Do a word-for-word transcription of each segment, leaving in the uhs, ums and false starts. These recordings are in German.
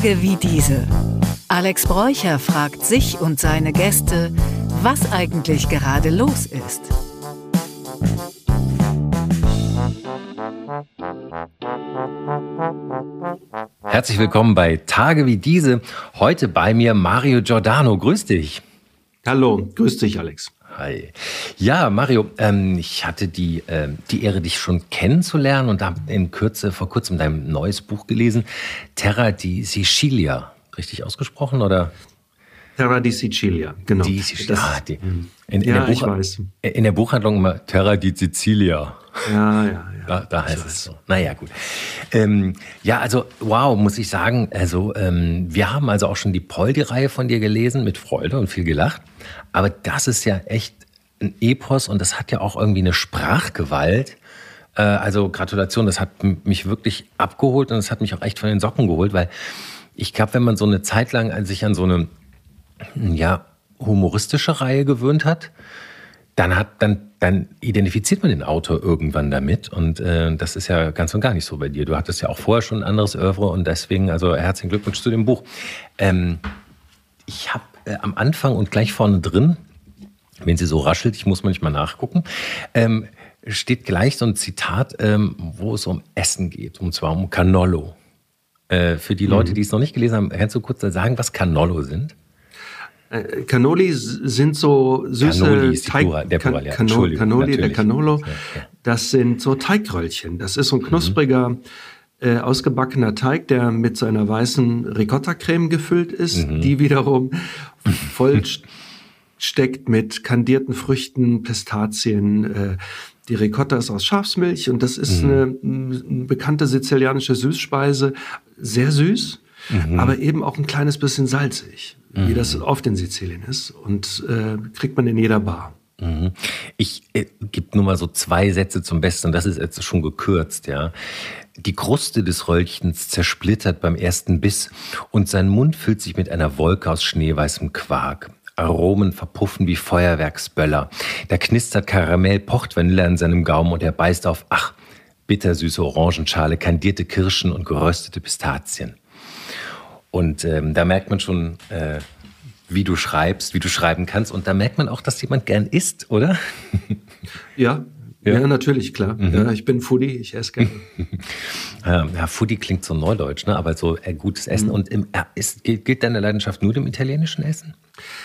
Tage wie diese. Alex Bräucher fragt sich und seine Gäste, was eigentlich gerade los ist. Herzlich willkommen bei Tage wie diese. Heute bei mir Mario Giordano. Grüß dich. Hallo, grüß dich, Alex. Hi. Ja, Mario, ähm, ich hatte die, äh, die Ehre, dich schon kennenzulernen und habe in Kürze vor kurzem dein neues Buch gelesen, Terra di Sicilia. Richtig ausgesprochen, oder? Terra di Sicilia, genau. Die Sicilia. Ah, die. In, in ja, der ich weiß. In der Buchhandlung immer Terra di Sicilia. Ja, ja, ja. Da, da heißt es so. Naja, gut. Ähm, ja, also, wow, muss ich sagen. Also, ähm, wir haben also auch schon die Poldi-Reihe von dir gelesen, mit Freude und viel gelacht. Aber das ist ja echt ein Epos und das hat ja auch irgendwie eine Sprachgewalt. Äh, also, Gratulation, das hat mich wirklich abgeholt und das hat mich auch echt von den Socken geholt, weil ich glaube, wenn man so eine Zeit lang sich an so eine, ja, humoristische Reihe gewöhnt hat, dann hat dann dann identifiziert man den Autor irgendwann damit und äh, das ist ja ganz und gar nicht so bei dir. Du hattest ja auch vorher schon ein anderes Oeuvre und deswegen, also herzlichen Glückwunsch zu dem Buch. Ähm, ich habe äh, am Anfang und gleich vorne drin, wenn sie so raschelt, ich muss manchmal nachgucken, ähm, steht gleich so ein Zitat, ähm, wo es um Essen geht, und zwar um Cannolo. Äh, für die Leute, die es noch nicht gelesen haben, kannst du kurz sagen, was Cannolo sind? Äh, Cannoli sind so süße Cannoli ist die Teig, Plural, der Plural, ja. Cannoli, Cannoli der Cannolo. Ja, ja. Das sind so Teigröllchen. Das ist so ein knuspriger, mhm. äh, ausgebackener Teig, der mit so einer weißen Ricotta-Creme gefüllt ist, mhm. die wiederum voll steckt mit kandierten Früchten, Pistazien. Äh, die Ricotta ist aus Schafsmilch und das ist mhm. eine, eine bekannte sizilianische Süßspeise. Sehr süß, mhm. aber eben auch ein kleines bisschen salzig. Wie das oft in Sizilien ist und äh, kriegt man in jeder Bar. Ich äh, gebe nur mal so zwei Sätze zum Besten und das ist jetzt schon gekürzt, ja. Die Kruste des Röllchens zersplittert beim ersten Biss und sein Mund füllt sich mit einer Wolke aus schneeweißem Quark. Aromen verpuffen wie Feuerwerksböller. Da knistert Karamell, pocht Vanille an seinem Gaumen und er beißt auf, ach, bittersüße Orangenschale, kandierte Kirschen und geröstete Pistazien. Und ähm, da merkt man schon, äh, wie du schreibst, wie du schreiben kannst. Und da merkt man auch, dass jemand gern isst, oder? Ja, ja, ja natürlich, klar. Mhm. Ja, ich bin Foodie, ich esse gerne. ja, Foodie klingt so neudeutsch, ne? Aber so äh, gutes Essen. Mhm. Und im, äh, ist, gilt, gilt deine Leidenschaft nur dem italienischen Essen?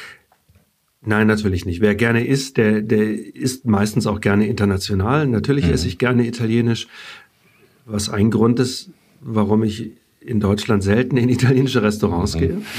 Nein, natürlich nicht. Wer gerne isst, der, der isst meistens auch gerne international. Natürlich mhm. esse ich gerne italienisch, was ein Grund ist, warum ich in Deutschland selten in italienische Restaurants mhm. gehe.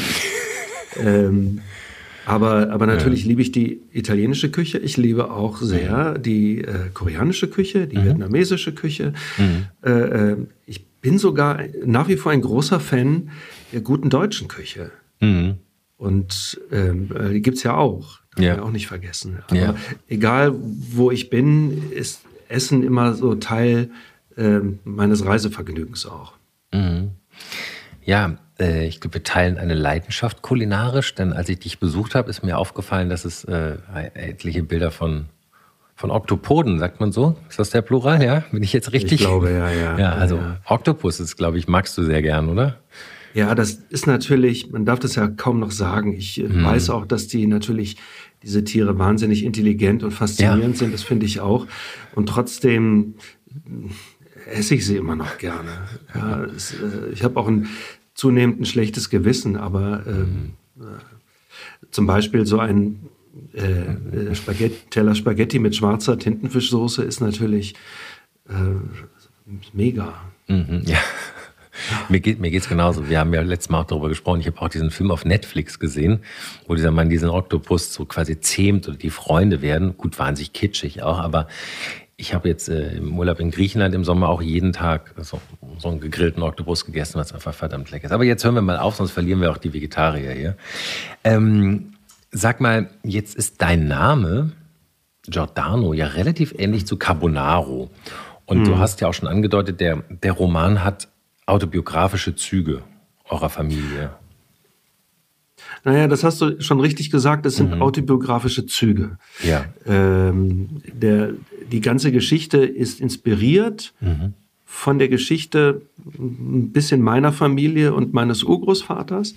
ähm, aber, aber natürlich ja. liebe ich die italienische Küche. Ich liebe auch sehr mhm. die äh, koreanische Küche, die mhm. vietnamesische Küche. Mhm. Äh, ich bin sogar nach wie vor ein großer Fan der guten deutschen Küche. Mhm. Und ähm, die gibt's ja auch. Darf ja. man auch nicht vergessen. Aber ja. egal, wo ich bin, ist Essen immer so Teil äh, meines Reisevergnügens auch. Mhm. Ja, äh, ich glaube, wir teilen eine Leidenschaft kulinarisch, denn als ich dich besucht habe, ist mir aufgefallen, dass es äh, etliche Bilder von, von Oktopoden, sagt man so? Ist das der Plural, ja? Bin ich jetzt richtig? Ich glaube, ja, ja. Ja, also ja. Oktopus ist, glaube ich, magst du sehr gern, oder? Ja, das ist natürlich, man darf das ja kaum noch sagen. Ich hm. weiß auch, dass die natürlich, diese Tiere wahnsinnig intelligent und faszinierend ja. sind, das finde ich auch. Und trotzdem esse ich sie immer noch gerne. Ja, es, äh, ich habe auch ein zunehmend ein schlechtes Gewissen, aber ähm, äh, zum Beispiel so ein äh, Spaghetti, Teller Spaghetti mit schwarzer Tintenfischsoße ist natürlich äh, mega. Mhm, ja. Mir geht mir geht's genauso. Wir haben ja letztes Mal auch darüber gesprochen. Ich habe auch diesen Film auf Netflix gesehen, wo dieser Mann diesen Oktopus so quasi zähmt und die Freunde werden. Gut, wahnsinnig kitschig auch, aber ich habe jetzt äh, im Urlaub in Griechenland im Sommer auch jeden Tag so, so einen gegrillten Oktopus gegessen, was einfach verdammt lecker ist. Aber jetzt hören wir mal auf, sonst verlieren wir auch die Vegetarier hier. Ähm, sag mal, jetzt ist dein Name Giordano ja relativ ähnlich zu Carbonaro. Und hm. du hast ja auch schon angedeutet, der, der Roman hat autobiografische Züge eurer Familie. Naja, das hast du schon richtig gesagt, das sind mhm. autobiografische Züge. Ja. Ähm, der, die ganze Geschichte ist inspiriert mhm. von der Geschichte ein bisschen meiner Familie und meines Urgroßvaters.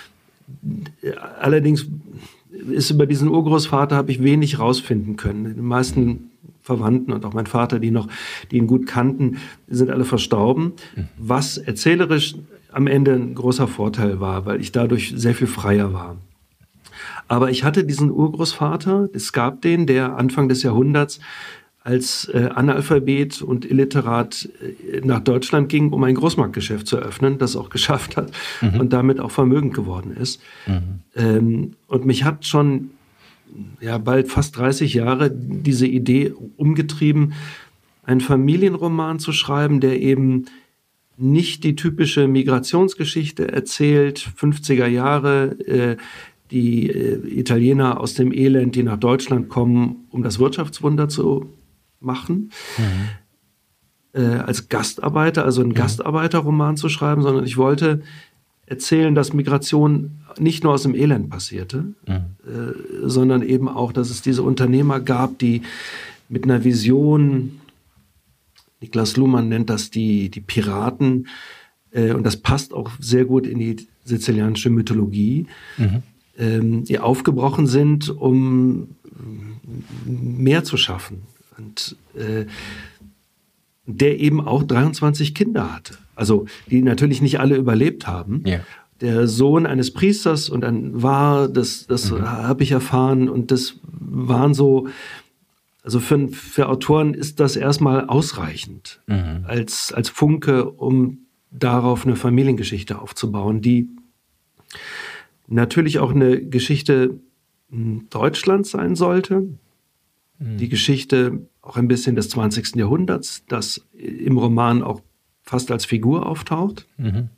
Allerdings ist über diesen Urgroßvater habe ich wenig rausfinden können. Die meisten Verwandten und auch mein Vater, die noch, die ihn gut kannten, sind alle verstorben, was erzählerisch am Ende ein großer Vorteil war, weil ich dadurch sehr viel freier war. Aber ich hatte diesen Urgroßvater, es gab den, der Anfang des Jahrhunderts als äh, Analphabet und Illiterat äh, nach Deutschland ging, um ein Großmarktgeschäft zu eröffnen, das auch geschafft hat mhm. und damit auch vermögend geworden ist. Mhm. Ähm, und mich hat schon ja, bald fast dreißig Jahre diese Idee umgetrieben, einen Familienroman zu schreiben, der eben nicht die typische Migrationsgeschichte erzählt, fünfziger Jahre, äh, die äh, Italiener aus dem Elend, die nach Deutschland kommen, um das Wirtschaftswunder zu machen, mhm. äh, als Gastarbeiter, also einen mhm. Gastarbeiterroman zu schreiben, sondern ich wollte erzählen, dass Migration nicht nur aus dem Elend passierte, mhm. äh, sondern eben auch, dass es diese Unternehmer gab, die mit einer Vision, Niklas Luhmann nennt das die, die Piraten, äh, und das passt auch sehr gut in die sizilianische Mythologie, mhm. ähm, die aufgebrochen sind, um mehr zu schaffen. Und äh, der eben auch dreiundzwanzig Kinder hatte. Also die natürlich nicht alle überlebt haben. Ja. Der Sohn eines Priesters und ein war, das, das mhm. habe ich erfahren. Und das waren so, also für, für Autoren ist das erstmal ausreichend mhm. als, als Funke, um darauf eine Familiengeschichte aufzubauen, die natürlich auch eine Geschichte Deutschlands sein sollte. Mhm. Die Geschichte auch ein bisschen des zwanzigsten Jahrhunderts, das im Roman auch fast als Figur auftaucht. Mhm.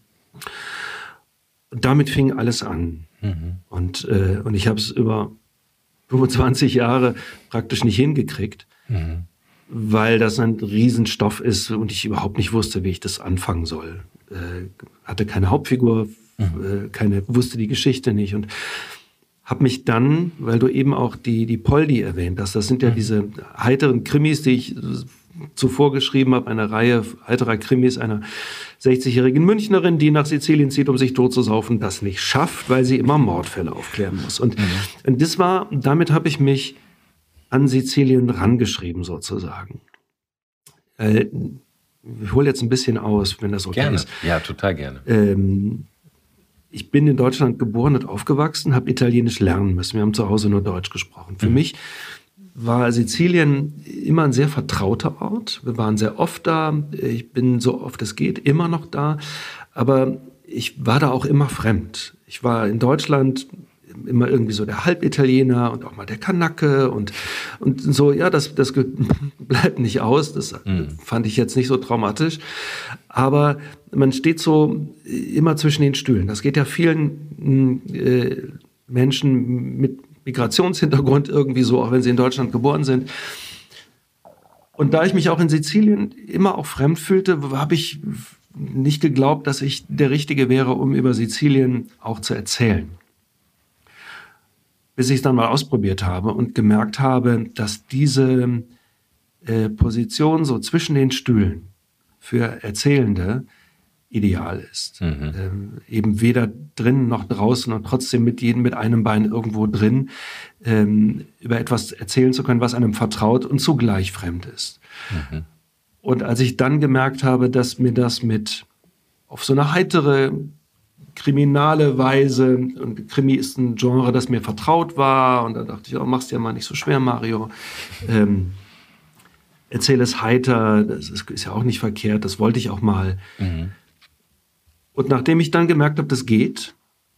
Und damit fing alles an. Mhm. Und, äh, und ich habe es über fünfundzwanzig Jahre praktisch nicht hingekriegt, mhm. weil das ein Riesenstoff ist und ich überhaupt nicht wusste, wie ich das anfangen soll. Äh, hatte keine Hauptfigur, mhm. äh, keine, wusste die Geschichte nicht und habe mich dann, weil du eben auch die, die Poldi erwähnt hast, das sind ja mhm. diese heiteren Krimis, die ich zuvor geschrieben habe, eine Reihe heiterer Krimis einer sechzigjährigen Münchnerin, die nach Sizilien zieht, um sich totzusaufen, das nicht schafft, weil sie immer Mordfälle aufklären muss. Und, mhm. und das war, damit habe ich mich an Sizilien rangeschrieben sozusagen. Äh, ich hole jetzt ein bisschen aus, wenn das okay gerne. ist. Ja, total gerne. Ähm, Ich bin in Deutschland geboren und aufgewachsen, habe Italienisch lernen müssen. Wir haben zu Hause nur Deutsch gesprochen. Für mhm. mich war Sizilien immer ein sehr vertrauter Ort. Wir waren sehr oft da. Ich bin so oft es geht immer noch da. Aber ich war da auch immer fremd. Ich war in Deutschland immer irgendwie so der Halbitaliener und auch mal der Kanake und, und so, ja, das, das bleibt nicht aus. Das mhm. fand ich jetzt nicht so traumatisch. Aber man steht so immer zwischen den Stühlen. Das geht ja vielen äh, Menschen mit Migrationshintergrund irgendwie so, auch wenn sie in Deutschland geboren sind. Und da ich mich auch in Sizilien immer auch fremd fühlte, habe ich nicht geglaubt, dass ich der Richtige wäre, um über Sizilien auch zu erzählen. Bis ich es dann mal ausprobiert habe und gemerkt habe, dass diese äh, Position so zwischen den Stühlen für Erzählende ideal ist. Mhm. Ähm, eben weder drinnen noch draußen und trotzdem mit jedem mit einem Bein irgendwo drin ähm, über etwas erzählen zu können, was einem vertraut und zugleich fremd ist. Mhm. Und als ich dann gemerkt habe, dass mir das mit auf so eine heitere, kriminale Weise, und Krimi ist ein Genre, das mir vertraut war, und da dachte ich, oh, mach's dir mal nicht so schwer, Mario. Ähm, erzähl es heiter, das ist, ist ja auch nicht verkehrt, das wollte ich auch mal. Mhm. Und nachdem ich dann gemerkt habe, das geht,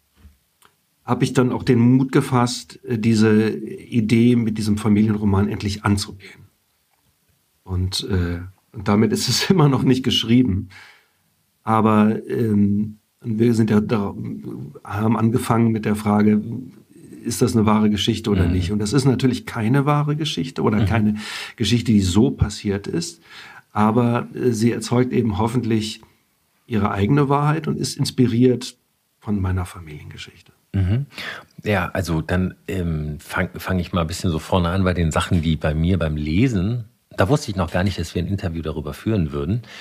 habe ich dann auch den Mut gefasst, diese Idee mit diesem Familienroman endlich anzugehen. Und, äh, und damit ist es immer noch nicht geschrieben. Aber ähm, wir sind ja da, haben angefangen mit der Frage, ist das eine wahre Geschichte oder mhm. nicht? Und das ist natürlich keine wahre Geschichte oder mhm. keine Geschichte, die so passiert ist. Aber äh, sie erzeugt eben hoffentlich ihre eigene Wahrheit und ist inspiriert von meiner Familiengeschichte. Mhm. Ja, also dann ähm, fange fang ich mal ein bisschen so vorne an bei den Sachen, die bei mir beim Lesen, da wusste ich noch gar nicht, dass wir ein Interview darüber führen würden,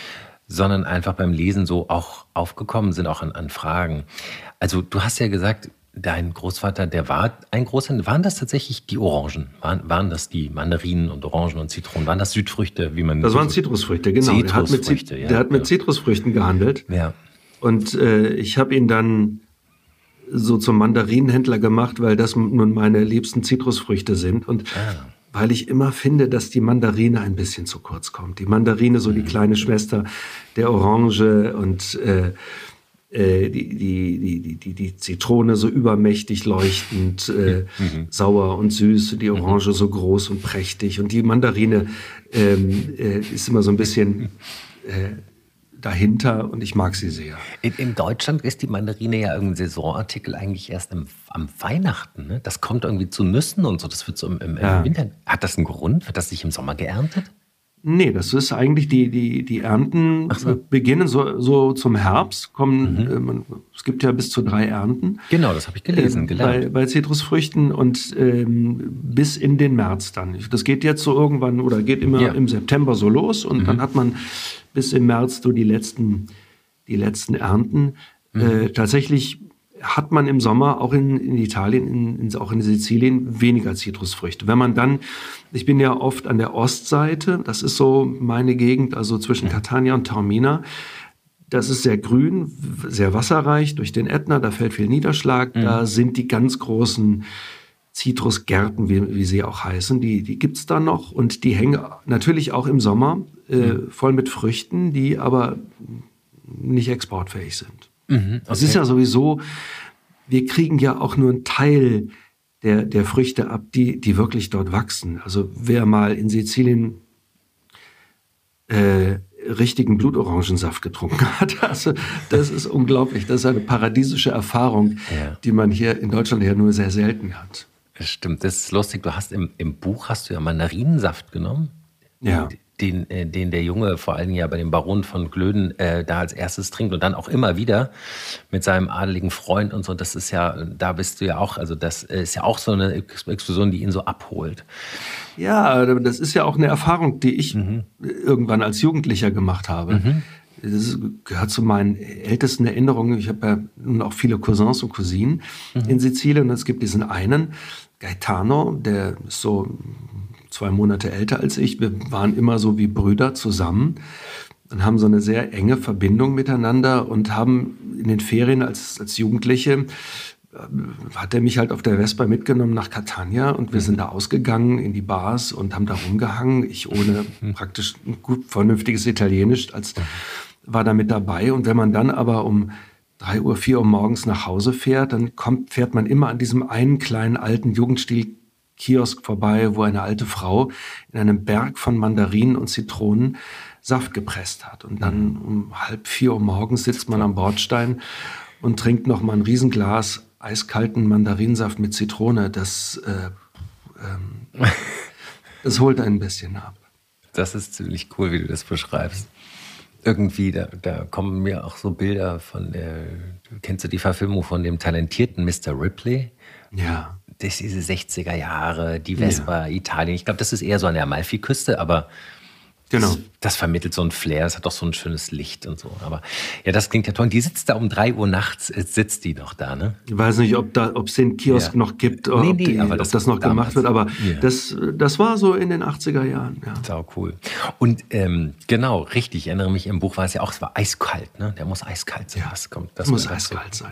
sondern einfach beim Lesen so auch aufgekommen sind, auch an, an Fragen. Also du hast ja gesagt, dein Großvater, der war ein Großhändler. Waren das tatsächlich die Orangen? Waren, waren das die Mandarinen und Orangen und Zitronen? Waren das Südfrüchte, wie man... Das waren Zitrusfrüchte, genau. Zitrusfrüchte, der hat mit, ja. der hat mit ja. Zitrusfrüchten gehandelt. Ja. Und äh, ich habe ihn dann so zum Mandarinenhändler gemacht, weil das nun meine liebsten Zitrusfrüchte sind. Und ah. weil ich immer finde, dass die Mandarine ein bisschen zu kurz kommt. Die Mandarine, so die kleine Schwester der Orange und äh, äh, die, die, die, die, die Zitrone so übermächtig leuchtend, äh, mhm. sauer und süß, die Orange mhm. so groß und prächtig. Und die Mandarine ähm, äh, ist immer so ein bisschen... Äh, dahinter und ich mag sie sehr. In, in Deutschland ist die Mandarine ja irgendein Saisonartikel eigentlich erst im, am Weihnachten. Ne? Das kommt irgendwie zu Nüssen und so, das wird so im, im, ja. im Winter. Hat das einen Grund? Wird das nicht im Sommer geerntet? Nee, das ist eigentlich, die, die, die Ernten so. beginnen so, so zum Herbst. Kommen, mhm. äh, man, es gibt ja bis zu drei Ernten. Genau, das habe ich gelesen, äh, gelernt. Bei, bei Zitrusfrüchten und ähm, bis in den März dann. Das geht jetzt so irgendwann oder geht immer ja. im September so los und mhm. dann hat man bis im März so die letzten, die letzten Ernten. Mhm. Äh, tatsächlich hat man im Sommer auch in, in Italien, in, in, auch in Sizilien weniger Zitrusfrüchte. Wenn man dann, ich bin ja oft an der Ostseite, das ist so meine Gegend, also zwischen mhm. Catania und Taormina. Das ist sehr grün, sehr wasserreich durch den Ätna, da fällt viel Niederschlag. Mhm. Da sind die ganz großen Zitrusgärten, wie, wie sie auch heißen, die, die gibt's da noch. Und die hängen natürlich auch im Sommer äh, mhm. voll mit Früchten, die aber nicht exportfähig sind. Mhm, okay. Es ist ja sowieso, wir kriegen ja auch nur einen Teil der, der Früchte ab, die, die wirklich dort wachsen. Also wer mal in Sizilien äh, richtigen Blutorangensaft getrunken hat, also das ist unglaublich. Das ist eine paradiesische Erfahrung, ja. die man hier in Deutschland ja nur sehr selten hat. Das stimmt, das ist lustig. Du hast im, im Buch hast du ja Mandarinensaft genommen. Ja. Den, äh, den der Junge vor allen Dingen ja bei dem Baron von Glöden äh, da als erstes trinkt und dann auch immer wieder mit seinem adeligen Freund und so. Das ist ja, da bist du ja auch, also das ist ja auch so eine Explosion, die ihn so abholt. Ja, das ist ja auch eine Erfahrung, die ich mhm. irgendwann als Jugendlicher gemacht habe. Mhm. Das gehört zu meinen ältesten Erinnerungen. Ich habe ja nun auch viele Cousins und Cousinen mhm. in Sizilien und es gibt diesen einen, Gaetano, der ist so zwei Monate älter als ich. Wir waren immer so wie Brüder zusammen und haben so eine sehr enge Verbindung miteinander und haben in den Ferien als, als Jugendliche, äh, hat er mich halt auf der Vespa mitgenommen nach Catania und wir mhm. sind da ausgegangen in die Bars und haben da rumgehangen. Ich ohne mhm. praktisch ein gut vernünftiges Italienisch als war da mit dabei. Und wenn man dann aber um drei Uhr, vier Uhr morgens nach Hause fährt, dann kommt, fährt man immer an diesem einen kleinen alten Jugendstil Kiosk vorbei, wo eine alte Frau in einem Berg von Mandarinen und Zitronen Saft gepresst hat. Und dann um halb vier Uhr morgens sitzt man am Bordstein und trinkt noch mal ein Riesenglas eiskalten Mandarinsaft mit Zitrone. Das, äh, ähm, das holt einen ein bisschen ab. Das ist ziemlich cool, wie du das beschreibst. Irgendwie, da, da kommen mir auch so Bilder von der, kennst du die Verfilmung von dem talentierten Mister Ripley? Ja. Das ist diese sechziger Jahre, die Vespa, ja. Italien. Ich glaube, das ist eher so an der Amalfiküste, aber genau. das, das vermittelt so ein Flair. Es hat doch so ein schönes Licht und so. Aber ja, das klingt ja toll. Die sitzt da um drei Uhr nachts, sitzt die noch da, ne? Ich weiß nicht, ob da, ob es den Kiosk ja. noch gibt, oder nee, nee, ob, die, aber das, ob das noch damals gemacht wird. Aber ja. das, das war so in den achtziger Jahren. Ja. Sau cool. Und ähm, genau, richtig. Ich erinnere mich, im Buch war es ja auch, es war eiskalt, ne? Der muss eiskalt sein. Ja, das kommt, das muss eiskalt so. sein.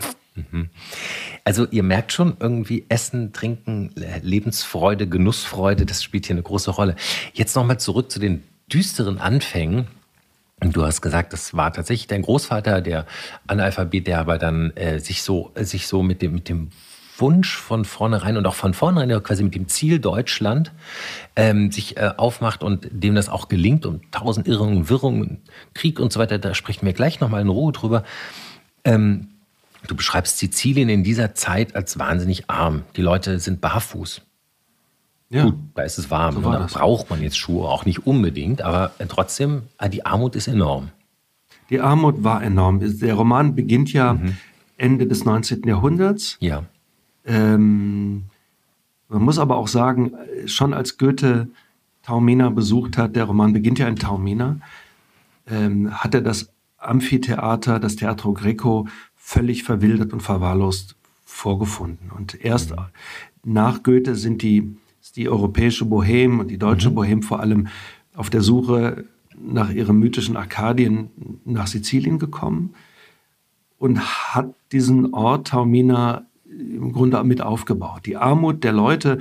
Also ihr merkt schon, irgendwie Essen, Trinken, Lebensfreude, Genussfreude, das spielt hier eine große Rolle. Jetzt nochmal zurück zu den düsteren Anfängen. Und du hast gesagt, das war tatsächlich dein Großvater, der Analphabet, der aber dann äh, sich so, sich so mit dem, mit dem Wunsch von vornherein und auch von vornherein quasi mit dem Ziel Deutschland ähm, sich äh, aufmacht und dem das auch gelingt und tausend Irrungen, Wirrungen, Krieg und so weiter, da sprechen wir gleich nochmal in Ruhe drüber. Ähm, Du beschreibst Sizilien in dieser Zeit als wahnsinnig arm. Die Leute sind barfuß. Ja. Gut, da ist es warm. So da das. braucht man jetzt Schuhe auch nicht unbedingt, aber trotzdem, die Armut ist enorm. Die Armut war enorm. Der Roman beginnt ja mhm. Ende des neunzehnten Jahrhunderts. Ja. Ähm, man muss aber auch sagen, schon als Goethe Taormina besucht hat, der Roman beginnt ja in Taormina, ähm, hat er das Amphitheater, das Teatro Greco, völlig verwildert und verwahrlost vorgefunden. Und erst mhm. nach Goethe sind die, ist die europäische Bohème und die deutsche mhm. Bohème vor allem auf der Suche nach ihrem mythischen Arkadien nach Sizilien gekommen und hat diesen Ort Taormina im Grunde mit aufgebaut. Die Armut der Leute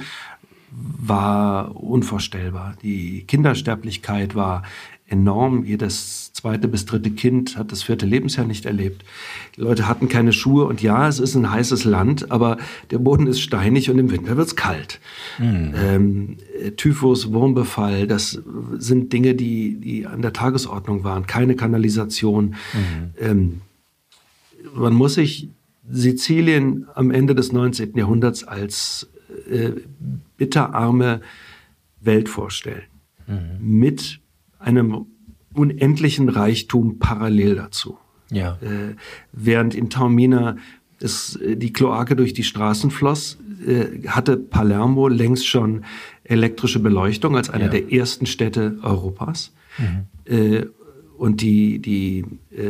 war unvorstellbar. Die Kindersterblichkeit war enorm. Jedes zweite bis dritte Kind hat das vierte Lebensjahr nicht erlebt. Die Leute hatten keine Schuhe und ja, es ist ein heißes Land, aber der Boden ist steinig und im Winter wird es kalt. Mhm. Ähm, Typhus, Wurmbefall, das sind Dinge, die, die an der Tagesordnung waren. Keine Kanalisation. Mhm. Ähm, man muss sich Sizilien am Ende des neunzehnten Jahrhunderts als äh, bitterarme Welt vorstellen. Mhm. Mit einem unendlichen Reichtum parallel dazu. Ja. Äh, während in Taormina das, die Kloake durch die Straßen floss, äh, hatte Palermo längst schon elektrische Beleuchtung als einer ja. der ersten Städte Europas. Mhm. Äh, und die, die äh,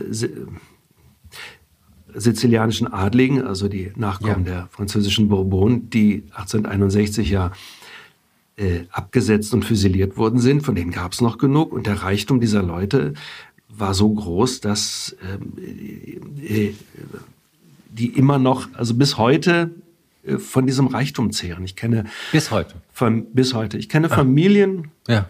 sizilianischen Adligen, also die Nachkommen ja. der französischen Bourbonen, die achtzehnhunderteinundsechzig ja äh, abgesetzt und füsiliert worden sind, von denen gab es noch genug. Und der Reichtum dieser Leute war so groß, dass äh, äh, die immer noch, also bis heute, äh, von diesem Reichtum zehren. Ich kenne bis heute. Von, bis heute. Ich kenne ah. Familien, ja.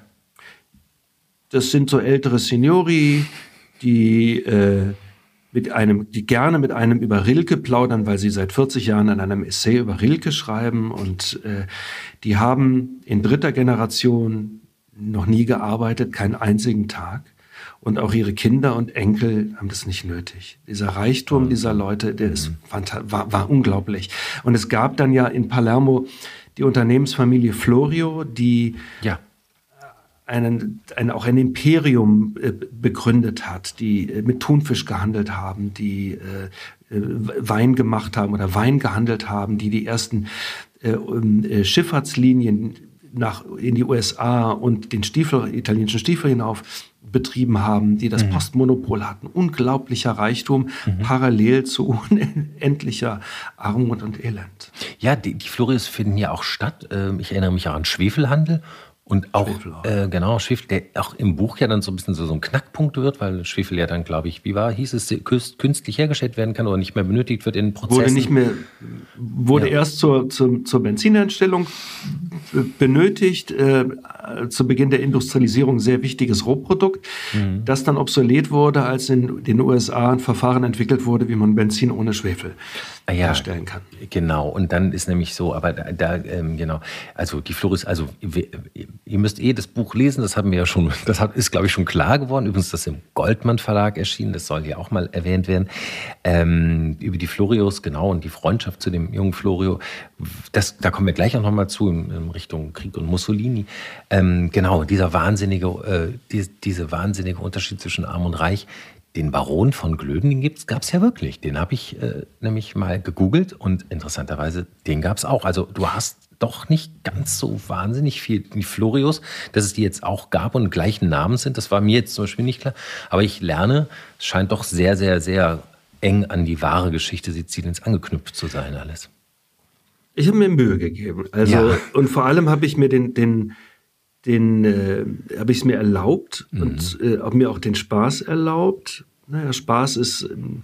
das sind so ältere Signori, die äh, mit einem, die gerne mit einem über Rilke plaudern, weil sie seit vierzig Jahren an einem Essay über Rilke schreiben. Und äh, die haben in dritter Generation noch nie gearbeitet, keinen einzigen Tag. Und auch ihre Kinder und Enkel haben das nicht nötig. Dieser Reichtum mhm. dieser Leute, der ist, war, war unglaublich. Und es gab dann ja in Palermo die Unternehmensfamilie Florio, die ja. Einen, ein, auch ein Imperium äh, begründet hat, die äh, mit Thunfisch gehandelt haben, die äh, äh, Wein gemacht haben oder Wein gehandelt haben, die die ersten äh, äh, Schifffahrtslinien nach, in die U S A und den Stiefel, italienischen Stiefel hinauf betrieben haben, die das mhm. Postmonopol hatten. Unglaublicher Reichtum, mhm. parallel zu unendlicher Armut und Elend. Ja, die, die Florios finden ja auch statt. Ich erinnere mich auch an Schwefelhandel. Und auch, Schwefel auch. Äh, genau, Schwefel, der auch im Buch ja dann so ein bisschen so, so ein Knackpunkt wird, weil Schwefel ja dann, glaube ich, wie war, hieß es, künstlich hergestellt werden kann oder nicht mehr benötigt wird in Prozessen. Wurde nicht mehr, wurde ja. erst zur, zur, zur Benzinherstellung benötigt, äh, zu Beginn der Industrialisierung sehr wichtiges Rohprodukt, mhm. das dann obsolet wurde, als in den U S A ein Verfahren entwickelt wurde, wie man Benzin ohne Schwefel ah, ja, herstellen kann. Genau, und dann ist nämlich so, aber da, da ähm, genau, also die Floris, also wir, ihr müsst eh das Buch lesen, das haben wir ja schon, das ist, glaube ich, schon klar geworden. Übrigens, das ist im Goldmann Verlag erschienen, das soll ja auch mal erwähnt werden. Ähm, über die Florios, genau, und die Freundschaft zu dem jungen Florio, das, da kommen wir gleich auch noch mal zu, in, in Richtung Krieg und Mussolini. Ähm, genau, dieser wahnsinnige, äh, die, diese wahnsinnige Unterschied zwischen Arm und Reich. Den Baron von Glöden, den gab es ja wirklich. Den habe ich äh, nämlich mal gegoogelt und interessanterweise, den gab es auch. Also du hast doch nicht ganz so wahnsinnig viel. Die Florios, dass es die jetzt auch gab und gleichen Namen sind, das war mir jetzt zum Beispiel nicht klar. Aber ich lerne, es scheint doch sehr, sehr, sehr eng an die wahre Geschichte Siziliens angeknüpft zu sein alles. Ich habe mir Mühe gegeben. Also, ja. Und vor allem habe ich mir den... den Den äh, habe ich es mir erlaubt mhm. und äh, habe mir auch den Spaß erlaubt. Naja, Spaß ist ähm,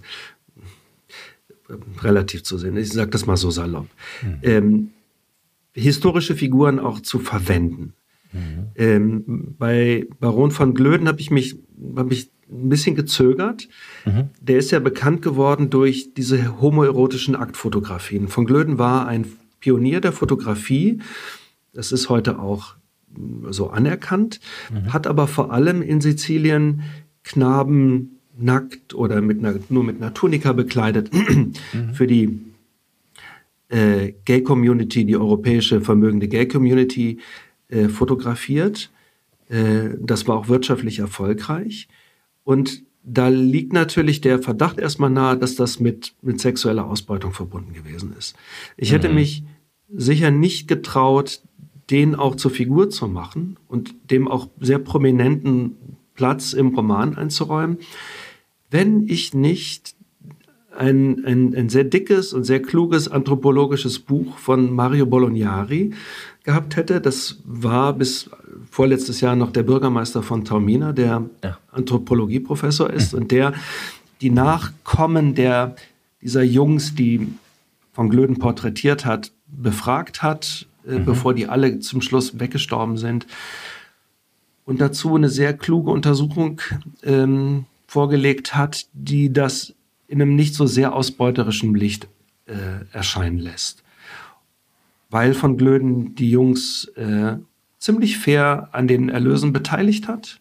relativ zu sehen. Ich sage das mal so salopp. Mhm. Ähm, historische Figuren auch zu verwenden. Mhm. Ähm, bei Baron von Glöden habe ich mich hab ich ein bisschen gezögert. Mhm. Der ist ja bekannt geworden durch diese homoerotischen Aktfotografien. Von Glöden war ein Pionier der Fotografie. Das ist heute auch so anerkannt, mhm. hat aber vor allem in Sizilien Knaben nackt oder mit einer, nur mit einer Tunika bekleidet mhm. für die äh, Gay-Community, die europäische vermögende Gay-Community äh, fotografiert. Äh, das war auch wirtschaftlich erfolgreich. Und da liegt natürlich der Verdacht erstmal nahe, dass das mit, mit sexueller Ausbeutung verbunden gewesen ist. Ich mhm. hätte mich sicher nicht getraut, den auch zur Figur zu machen und dem auch sehr prominenten Platz im Roman einzuräumen, wenn ich nicht ein, ein, ein sehr dickes und sehr kluges anthropologisches Buch von Mario Bolognari gehabt hätte. Das war bis vorletztes Jahr noch der Bürgermeister von Taormina, der ja. Anthropologieprofessor ist mhm. und der die Nachkommen der, dieser Jungs, die von Glöden porträtiert hat, befragt hat, äh, mhm. bevor die alle zum Schluss weggestorben sind. Und dazu eine sehr kluge Untersuchung ähm, vorgelegt hat, die das in einem nicht so sehr ausbeuterischen Licht äh, erscheinen lässt. Weil von Glöden die Jungs äh, ziemlich fair an den Erlösen beteiligt hat,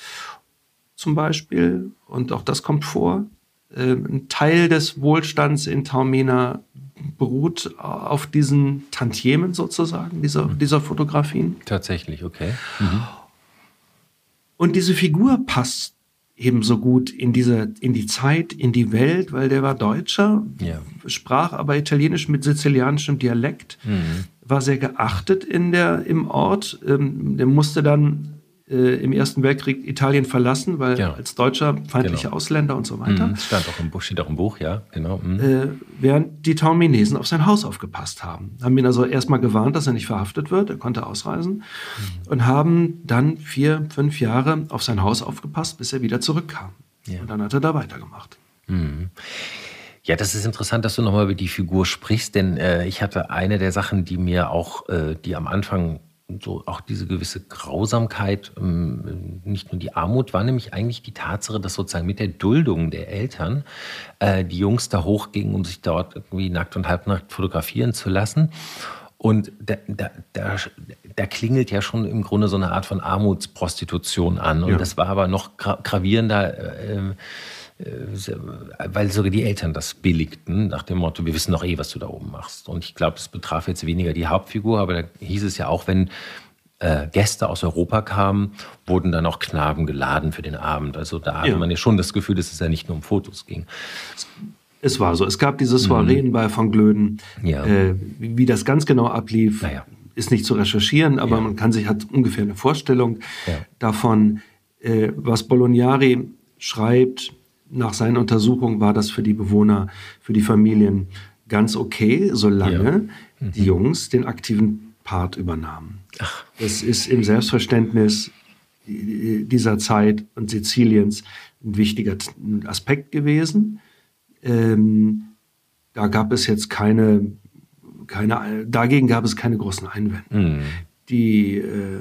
zum Beispiel, und auch das kommt vor. Äh, ein Teil des Wohlstands in Taormina beruht auf diesen Tantiemen sozusagen, dieser, mhm. dieser Fotografien. Tatsächlich, okay. Mhm. Und diese Figur passt ebenso gut in diese, in die Zeit, in die Welt, weil der war Deutscher, ja. sprach aber Italienisch mit sizilianischem Dialekt, mhm. war sehr geachtet in der, im Ort. Ähm, der musste dann äh, im Ersten Weltkrieg Italien verlassen, weil ja. als Deutscher feindliche genau. Ausländer und so weiter. Mhm, stand auch im Buch, steht auch im Buch, ja, genau. Mhm. Äh, während die Taorminesen auf sein Haus aufgepasst haben. Haben ihn also erstmal gewarnt, dass er nicht verhaftet wird, er konnte ausreisen, mhm. und haben dann vier, fünf Jahre auf sein Haus aufgepasst, bis er wieder zurückkam. Ja. Und dann hat er da weitergemacht. Mhm. Ja, das ist interessant, dass du nochmal über die Figur sprichst, denn äh, ich hatte eine der Sachen, die mir auch, äh, die am Anfang so auch diese gewisse Grausamkeit, ähm, nicht nur die Armut, war nämlich eigentlich die Tatsache, dass sozusagen mit der Duldung der Eltern äh, die Jungs da hochgingen, um sich dort irgendwie nackt und halbnackt fotografieren zu lassen. Und da, da, da, da klingelt ja schon im Grunde so eine Art von Armutsprostitution an. Und ja. das war aber noch gra- gravierender, äh, äh, weil sogar die Eltern das billigten, nach dem Motto, wir wissen doch eh, was du da oben machst. Und ich glaube, das betraf jetzt weniger die Hauptfigur, aber da hieß es ja auch, wenn äh, Gäste aus Europa kamen, wurden dann auch Knaben geladen für den Abend. Also da hatte ja. man ja schon das Gefühl, dass es ja nicht nur um Fotos ging. Es war so. Es gab diese Soireen mhm. bei von Glöden. Ja. Äh, wie, wie das ganz genau ablief, naja. ist nicht zu recherchieren, aber ja. man kann sich hat ungefähr eine Vorstellung ja. davon, äh, was Bolognari schreibt. Nach seinen Untersuchungen war das für die Bewohner, für die Familien ganz okay, solange ja. mhm. die Jungs den aktiven Part übernahmen. Ach. Das ist im Selbstverständnis dieser Zeit und Siziliens ein wichtiger Aspekt gewesen. Ähm, da gab es jetzt keine, keine, dagegen gab es keine großen Einwände. Mhm. Die, äh,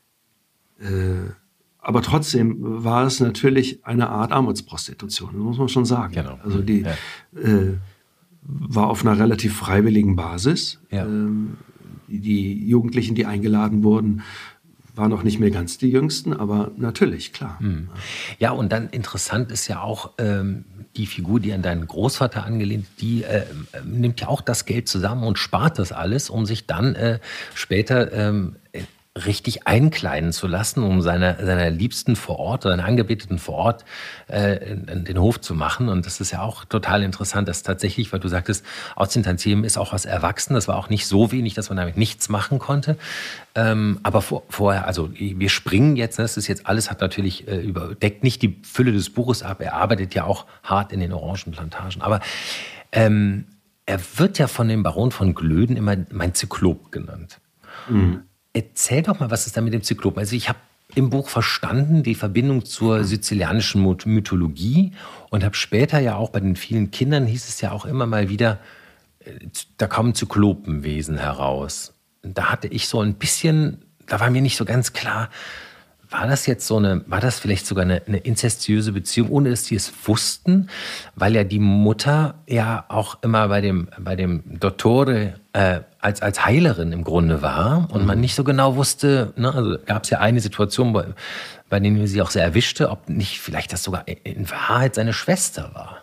äh, aber trotzdem war es natürlich eine Art Armutsprostitution, das muss man schon sagen. Genau. Also die ja. äh, war auf einer relativ freiwilligen Basis. Ja. Ähm, die, die Jugendlichen, die eingeladen wurden, waren noch nicht mehr ganz die Jüngsten, aber natürlich, klar. Mhm. Ja, und dann interessant ist ja auch ähm, die Figur, die an deinen Großvater angelehnt, die äh, nimmt ja auch das Geld zusammen und spart das alles, um sich dann äh, später ähm, richtig einkleiden zu lassen, um seiner seiner Liebsten vor Ort, seiner Angebeteten vor Ort äh, den Hof zu machen. Und das ist ja auch total interessant, dass tatsächlich, weil du sagtest, aus den Tantiemen ist auch was erwachsen. Das war auch nicht so wenig, dass man damit nichts machen konnte. Ähm, aber vor, vorher, also wir springen jetzt, das ist jetzt alles, hat natürlich äh, überdeckt nicht die Fülle des Buches ab. Er arbeitet ja auch hart in den Orangenplantagen. Aber ähm, er wird ja von dem Baron von Glöden immer mein Zyklop genannt. Mhm. Erzähl doch mal, was ist da mit dem Zyklopen? Also ich habe im Buch verstanden die Verbindung zur sizilianischen Mythologie und habe später ja auch bei den vielen Kindern hieß es ja auch immer mal wieder, da kommen Zyklopenwesen heraus. Da hatte ich so ein bisschen, da war mir nicht so ganz klar, war das jetzt so eine, war das vielleicht sogar eine, eine inzestiöse Beziehung, ohne dass die es wussten, weil ja die Mutter ja auch immer bei dem, bei dem Dottore äh, als, als Heilerin im Grunde war und man nicht so genau wusste, ne, also gab es ja eine Situation, bei, bei der sie auch sehr erwischte, ob nicht vielleicht das sogar in Wahrheit seine Schwester war.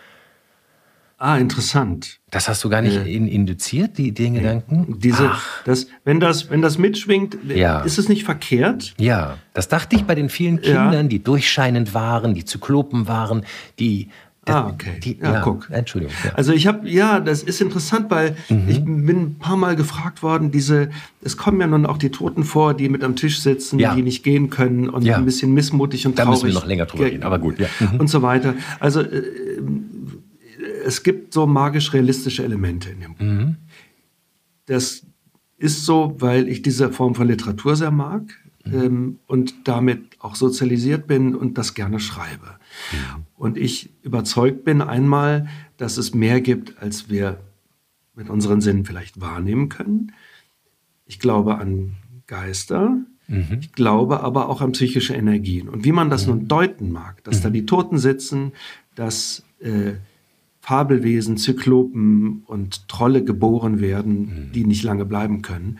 Ah, interessant. Das hast du gar nicht äh, in, induziert, die, den Gedanken? Diese, das, wenn, das, wenn das mitschwingt, ja. ist es nicht verkehrt? Ja, das dachte ich bei den vielen Kindern, ja. die durchscheinend waren, die Zyklopen waren, die Ah, okay. Die, ja, ja, guck. Entschuldigung. Ja. Also ich habe, ja, das ist interessant, weil mhm. ich bin ein paar Mal gefragt worden, diese, es kommen ja nun auch die Toten vor, die mit am Tisch sitzen, ja. die nicht gehen können und ja. ein bisschen missmutig und da traurig. Da müssen wir noch länger drüber reden, aber gut. Ja. Mhm. Und so weiter. Also äh, es gibt so magisch-realistische Elemente in dem Buch. Mhm. Das ist so, weil ich diese Form von Literatur sehr mag mhm. ähm, und damit auch sozialisiert bin und das gerne schreibe. Mhm. Und ich überzeugt bin einmal, dass es mehr gibt, als wir mit unseren Sinnen vielleicht wahrnehmen können. Ich glaube an Geister, mhm. ich glaube aber auch an psychische Energien. Und wie man das mhm. nun deuten mag, dass mhm. da die Toten sitzen, dass äh, Fabelwesen, Zyklopen und Trolle geboren werden, mhm. die nicht lange bleiben können,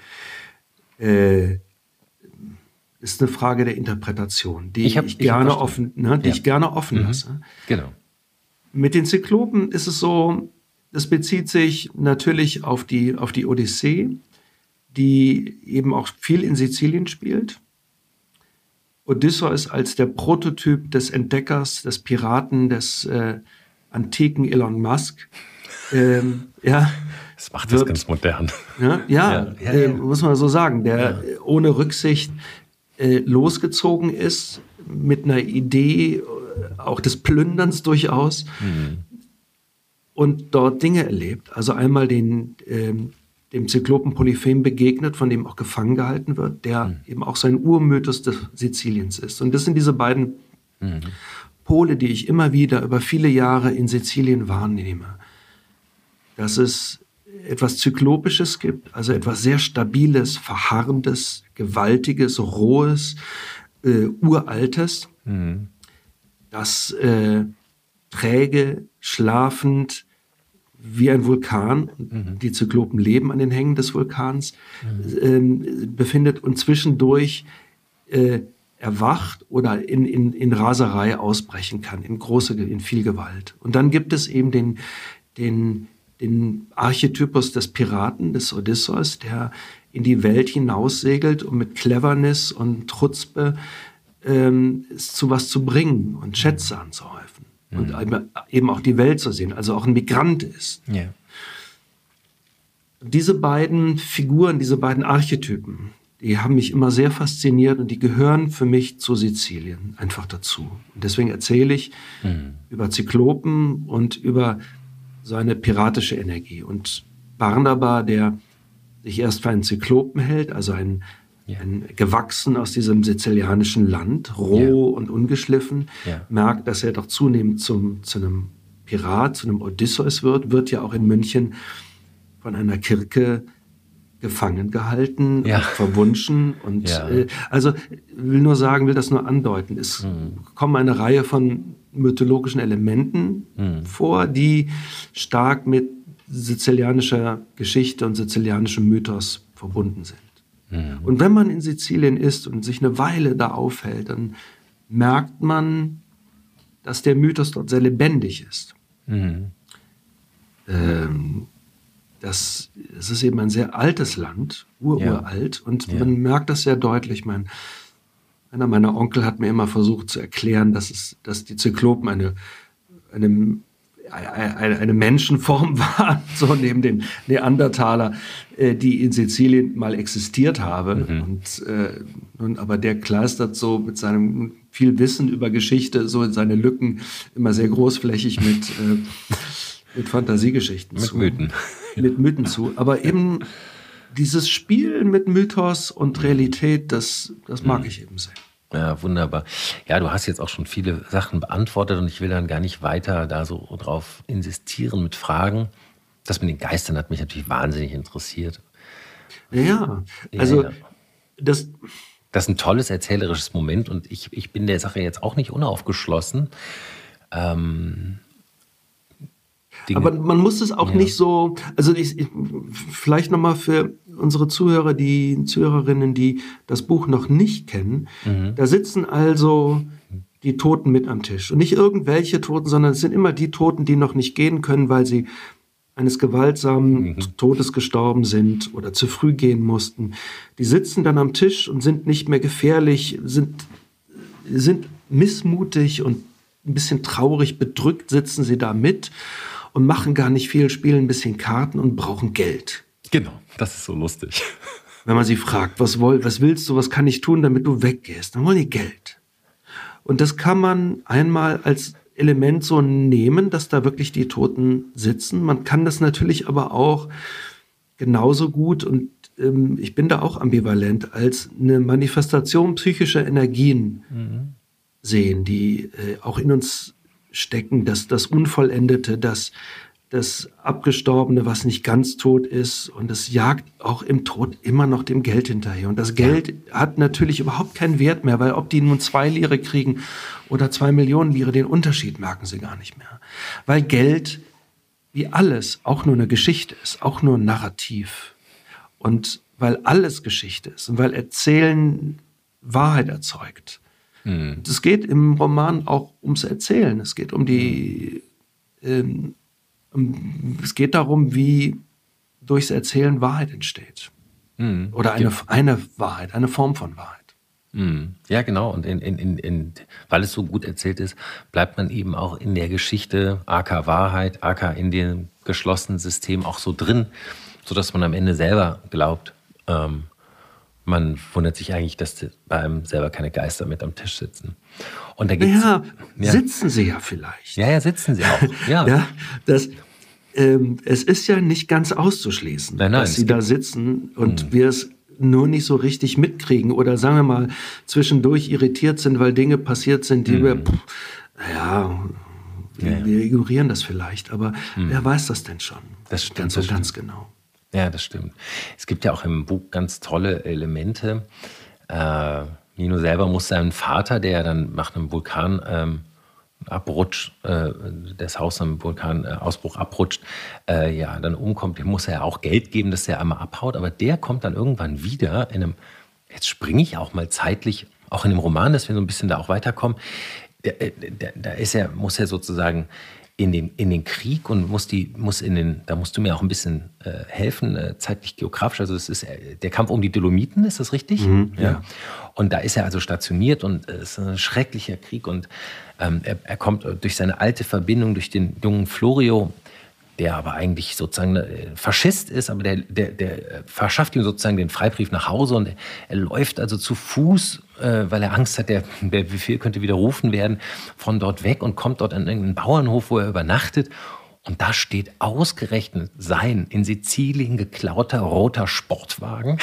äh, ist eine Frage der Interpretation, die ich, hab, ich, gerne, ich offen, ne, die ja. ich gerne offen lasse. Mhm. Genau. Mit den Zyklopen ist es so, das bezieht sich natürlich auf die, auf die Odyssee, die eben auch viel in Sizilien spielt. Odysseus als der Prototyp des Entdeckers, des Piraten, des äh, antiken Elon Musk. Ähm, ja, das macht das wird, ganz modern. Ja, ja, ja, ja, äh, ja. muss man so sagen, der ja. ohne Rücksicht äh, losgezogen ist, mit einer Idee, auch des Plünderns durchaus, mhm. und dort Dinge erlebt. Also einmal den, ähm, dem Zyklopen Polyphem begegnet, von dem auch gefangen gehalten wird, der mhm. eben auch sein Urmythos des Siziliens ist. Und das sind diese beiden mhm. Pole, die ich immer wieder über viele Jahre in Sizilien wahrnehme. Dass es etwas Zyklopisches gibt, also etwas sehr Stabiles, Verharrendes, Gewaltiges, Rohes, äh, Uraltes, mhm. das äh, träge, schlafend, wie ein Vulkan, mhm. die Zyklopen leben an den Hängen des Vulkans, mhm. ähm, befindet und zwischendurch äh, erwacht oder in, in, in Raserei ausbrechen kann, in große, in viel Gewalt. Und dann gibt es eben den, den, den Archetypus des Piraten, des Odysseus, der in die Welt hinaussegelt, um mit Cleverness und Trutzpe ähm, es zu was zu bringen und Schätze anzuhäufen. Mhm. Und eben auch die Welt zu sehen, also auch ein Migrant ist. Ja. Diese beiden Figuren, diese beiden Archetypen, die haben mich immer sehr fasziniert und die gehören für mich zu Sizilien einfach dazu. Und deswegen erzähle ich mhm. über Zyklopen und über seine piratische Energie. Und Barnaba, der sich erst für einen Zyklopen hält, also ein, ja. ein gewachsen aus diesem sizilianischen Land, roh ja. und ungeschliffen, ja. merkt, dass er doch zunehmend zum, zu einem Pirat, zu einem Odysseus wird, wird ja auch in München von einer Kirke gefangen gehalten, ja. und verwunschen. Und ja. äh, also will nur sagen, will das nur andeuten. Es mhm. kommen eine Reihe von mythologischen Elementen mhm. vor, die stark mit sizilianischer Geschichte und sizilianischem Mythos verbunden sind. Mhm. Und wenn man in Sizilien ist und sich eine Weile da aufhält, dann merkt man, dass der Mythos dort sehr lebendig ist. Mhm. Ähm, Das, es ist eben ein sehr altes Land, ururalt, ja. und ja. man merkt das sehr deutlich. Mein, einer meiner Onkel hat mir immer versucht zu erklären, dass, es, dass die Zyklopen eine, eine, eine, eine Menschenform waren, so neben den Neandertaler, äh, die in Sizilien mal existiert habe. Mhm. Und, äh, und, aber der kleistert so mit seinem viel Wissen über Geschichte, so seine Lücken immer sehr großflächig mit... Äh, mit Fantasiegeschichten mit zu. Mythen. Mit Mythen zu. Aber eben dieses Spiel mit Mythos und Realität, das, das mag mhm. ich eben sehr. Ja, wunderbar. Ja, du hast jetzt auch schon viele Sachen beantwortet und ich will dann gar nicht weiter da so drauf insistieren mit Fragen. Das mit den Geistern hat mich natürlich wahnsinnig interessiert. Ja, also ja. das... Das ist ein tolles erzählerisches Moment und ich, ich bin der Sache jetzt auch nicht unaufgeschlossen. Ähm... Dinge. Aber man muss es auch ja. nicht so, also ich, ich, vielleicht nochmal für unsere Zuhörer, die Zuhörerinnen, die das Buch noch nicht kennen, mhm. da sitzen also die Toten mit am Tisch. Und nicht irgendwelche Toten, sondern es sind immer die Toten, die noch nicht gehen können, weil sie eines gewaltsamen mhm. Todes gestorben sind oder zu früh gehen mussten. Die sitzen dann am Tisch und sind nicht mehr gefährlich, sind, sind missmutig und ein bisschen traurig, bedrückt sitzen sie da mit und machen gar nicht viel, spielen ein bisschen Karten und brauchen Geld. Genau, das ist so lustig. Wenn man sie fragt, was, woll, was willst du, was kann ich tun, damit du weggehst, dann wollen die Geld. Und das kann man einmal als Element so nehmen, dass da wirklich die Toten sitzen. Man kann das natürlich aber auch genauso gut, und ähm, ich bin da auch ambivalent, als eine Manifestation psychischer Energien mhm. sehen, die äh, auch in uns stecken, dass das Unvollendete, das, das Abgestorbene, was nicht ganz tot ist, und das jagt auch im Tod immer noch dem Geld hinterher. Und das Geld ja. hat natürlich überhaupt keinen Wert mehr, weil ob die nun zwei Lire kriegen oder zwei Millionen Lire, den Unterschied merken sie gar nicht mehr. Weil Geld, wie alles, auch nur eine Geschichte ist, auch nur ein Narrativ. Und weil alles Geschichte ist und weil Erzählen Wahrheit erzeugt. Mhm. Es geht im Roman auch ums Erzählen. Es geht um die, ähm, um, es geht darum, wie durchs Erzählen Wahrheit entsteht. Mhm. Oder eine, eine Wahrheit, eine Form von Wahrheit. Ja, genau. Und in, in, in, in, weil es so gut erzählt ist, bleibt man eben auch in der Geschichte, aka Wahrheit, aka in dem geschlossenen System auch so drin, sodass man am Ende selber glaubt, ähm, man wundert sich eigentlich, dass bei einem selber keine Geister mit am Tisch sitzen. Und da gibt's, ja, ja, sitzen sie ja vielleicht. Ja, ja, sitzen sie auch. Ja, ja das, ähm, es ist ja nicht ganz auszuschließen, nein, nein, dass sie da sitzen und mh. wir es nur nicht so richtig mitkriegen oder sagen wir mal zwischendurch irritiert sind, weil Dinge passiert sind, die mhm. wir, pff, ja, wir, ja, wir ignorieren das vielleicht, aber mhm. wer weiß das denn schon? Das stimmt, ganz, das so ganz stimmt. genau. Ja, das stimmt. Es gibt ja auch im Buch ganz tolle Elemente. Äh, Nino selber muss seinen Vater, der dann nach einem Vulkan ähm, Abrutsch, äh, das Haus am Vulkanausbruch abrutscht, äh, ja, dann umkommt, dem muss er ja auch Geld geben, dass er einmal abhaut, aber der kommt dann irgendwann wieder in einem, jetzt springe ich auch mal zeitlich, auch in dem Roman, dass wir so ein bisschen da auch weiterkommen, da da ist er, muss er sozusagen in den, in den Krieg und muss die, muss in den, da musst du mir auch ein bisschen äh, helfen, äh, zeitlich geografisch, also es ist äh, der Kampf um die Dolomiten, ist das richtig? Mhm, ja. ja. Und da ist er also stationiert und es ist ein schrecklicher Krieg und ähm, er, er kommt durch seine alte Verbindung, durch den jungen Florio, der aber eigentlich sozusagen ein Faschist ist, aber der, der, der verschafft ihm sozusagen den Freibrief nach Hause und er, er läuft also zu Fuß, äh, weil er Angst hat, der, der Befehl könnte widerrufen werden, von dort weg und kommt dort an irgendeinen Bauernhof, wo er übernachtet. Und da steht ausgerechnet sein in Sizilien geklauter roter Sportwagen.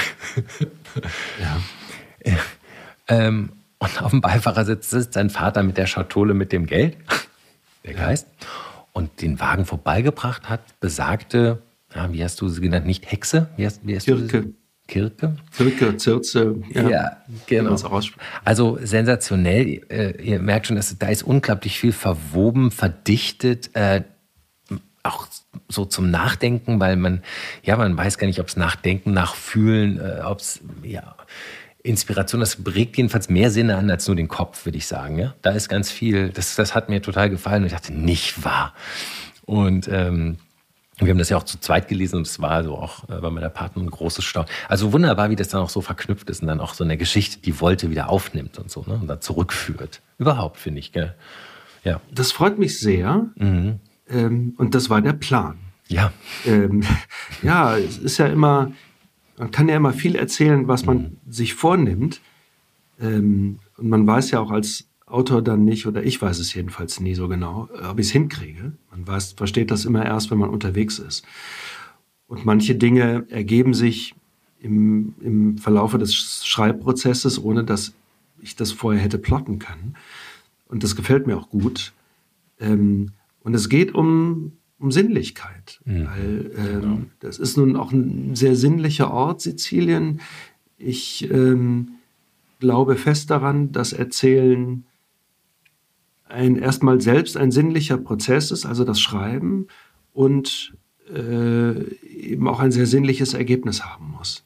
Ja. äh, ähm, und auf dem Beifahrersitz sitzt sein Vater mit der Schatulle mit dem Geld, der Geist. Ja. Und den Wagen vorbeigebracht hat, besagte, ja, wie hast du sie genannt, nicht Hexe? Wie hast, wie hast Kirke. Du Kirke? Kirke, Zirze. Ja, ja genau. Also sensationell. Äh, ihr merkt schon, dass da ist unglaublich viel verwoben, verdichtet, äh, auch so zum Nachdenken, weil man, ja, man weiß gar nicht, ob es Nachdenken, Nachfühlen, äh, ob es, ja, Inspiration, das regt jedenfalls mehr Sinne an als nur den Kopf, würde ich sagen. Ja? Da ist ganz viel, das, das hat mir total gefallen und ich dachte, nicht wahr. Und ähm, wir haben das ja auch zu zweit gelesen und es war also auch äh, bei meiner Partnerin ein großes Staunen. Also wunderbar, wie das dann auch so verknüpft ist und dann auch so eine Geschichte, die Wolte wieder aufnimmt und so, ne? Und dann zurückführt. Überhaupt, finde ich. Gell? Ja. Das freut mich sehr. Mhm. Ähm, und das war der Plan. Ja. Ähm, ja, es ist ja immer... Man kann ja immer viel erzählen, was man mhm. sich vornimmt. Ähm, und man weiß ja auch als Autor dann nicht, oder ich weiß es jedenfalls nie so genau, ob ich es hinkriege. Man weiß, versteht das immer erst, wenn man unterwegs ist. Und manche Dinge ergeben sich im, im Verlaufe des Schreibprozesses, ohne dass ich das vorher hätte plotten können. Und das gefällt mir auch gut. Ähm, und es geht um... um Sinnlichkeit, mhm. weil ähm, genau. das ist nun auch ein sehr sinnlicher Ort, Sizilien. Ich ähm, glaube fest daran, dass Erzählen ein, erstmal selbst ein sinnlicher Prozess ist, also das Schreiben, und äh, eben auch ein sehr sinnliches Ergebnis haben muss.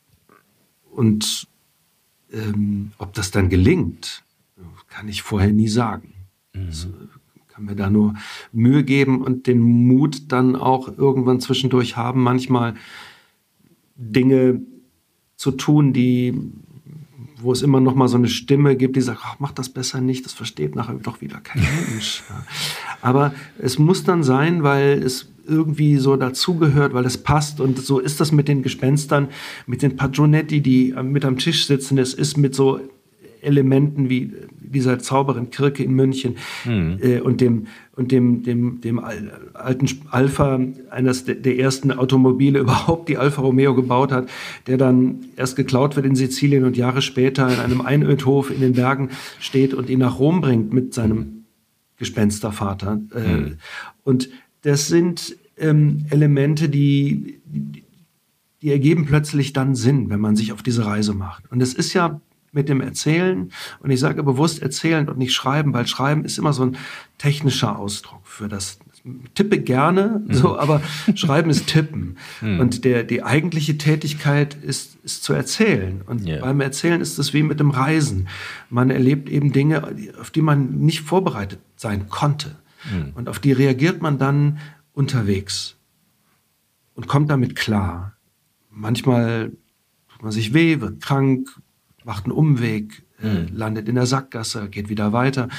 Und ähm, ob das dann gelingt, kann ich vorher nie sagen. Mhm. Das, mir da nur Mühe geben und den Mut dann auch irgendwann zwischendurch haben, manchmal Dinge zu tun, die wo es immer noch mal so eine Stimme gibt, die sagt, ach, mach das besser nicht, das versteht nachher doch wieder kein Mensch. Ja. Aber es muss dann sein, weil es irgendwie so dazugehört, weil es passt. Und so ist das mit den Gespenstern, mit den Padronetti, die mit am Tisch sitzen. Es ist mit so Elementen wie dieser Zauberin Kirke in München mhm. äh, und dem und dem dem dem alten Alfa, eines der, der ersten Automobile überhaupt, die Alfa Romeo gebaut hat, der dann erst geklaut wird in Sizilien und Jahre später in einem Einödhof in den Bergen steht und ihn nach Rom bringt mit seinem Gespenstervater. Äh, mhm. Und das sind ähm, Elemente, die, die die ergeben plötzlich dann Sinn, wenn man sich auf diese Reise macht. Und es ist ja mit dem Erzählen, und ich sage bewusst erzählen und nicht schreiben, weil schreiben ist immer so ein technischer Ausdruck für das. Tippe gerne, mhm. so, aber schreiben ist tippen. Mhm. Und der, die eigentliche Tätigkeit ist, ist zu erzählen. Und yeah. beim Erzählen ist es wie mit dem Reisen. Man erlebt eben Dinge, auf die man nicht vorbereitet sein konnte. Mhm. Und auf die reagiert man dann unterwegs und kommt damit klar. Manchmal tut man sich weh, wird krank, macht einen Umweg, mhm. äh, landet in der Sackgasse, geht wieder weiter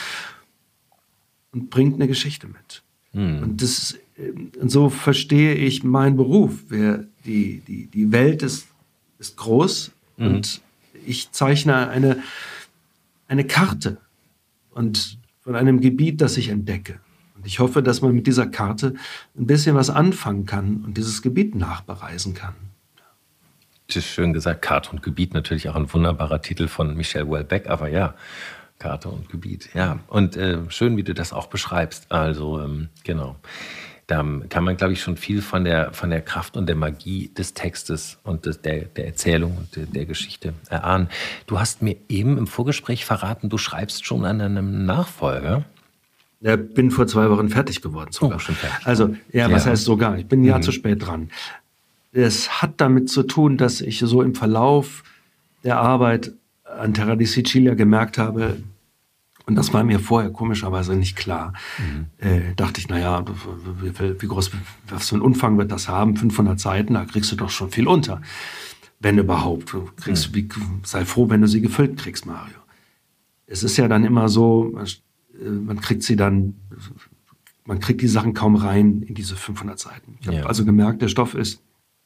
und bringt eine Geschichte mit. Mhm. Und, das, äh, und so verstehe ich meinen Beruf. Wer, die, die, die Welt ist, ist groß mhm. und ich zeichne eine, eine Karte und von einem Gebiet, das ich entdecke. Und ich hoffe, dass man mit dieser Karte ein bisschen was anfangen kann und dieses Gebiet nachbereisen kann. Das ist schön gesagt, Karte und Gebiet, natürlich auch ein wunderbarer Titel von Michel Houellebecq, aber ja, Karte und Gebiet, ja. Und äh, schön, wie du das auch beschreibst, also ähm, genau. Da kann man, glaube ich, schon viel von der, von der Kraft und der Magie des Textes und des, der, der Erzählung und der, der Geschichte erahnen. Du hast mir eben im Vorgespräch verraten, du schreibst schon an einem Nachfolger. Ja, bin vor zwei Wochen fertig geworden sogar. Oh, schon fertig. Also, ja, was ja. heißt sogar? Ich bin ein Jahr mhm. zu spät dran. Es hat damit zu tun, dass ich so im Verlauf der Arbeit an Terra di Sicilia gemerkt habe, und das war mir vorher komischerweise nicht klar, mhm. äh, dachte ich, naja, wie, wie groß, was für ein Umfang wird das haben? fünfhundert Seiten, da kriegst du doch schon viel unter. Wenn überhaupt. Du kriegst, mhm. wie, sei froh, wenn du sie gefüllt kriegst, Mario. Es ist ja dann immer so, man, man kriegt sie dann, man kriegt die Sachen kaum rein in diese fünfhundert Seiten. Ich habe ja. also gemerkt, der Stoff ist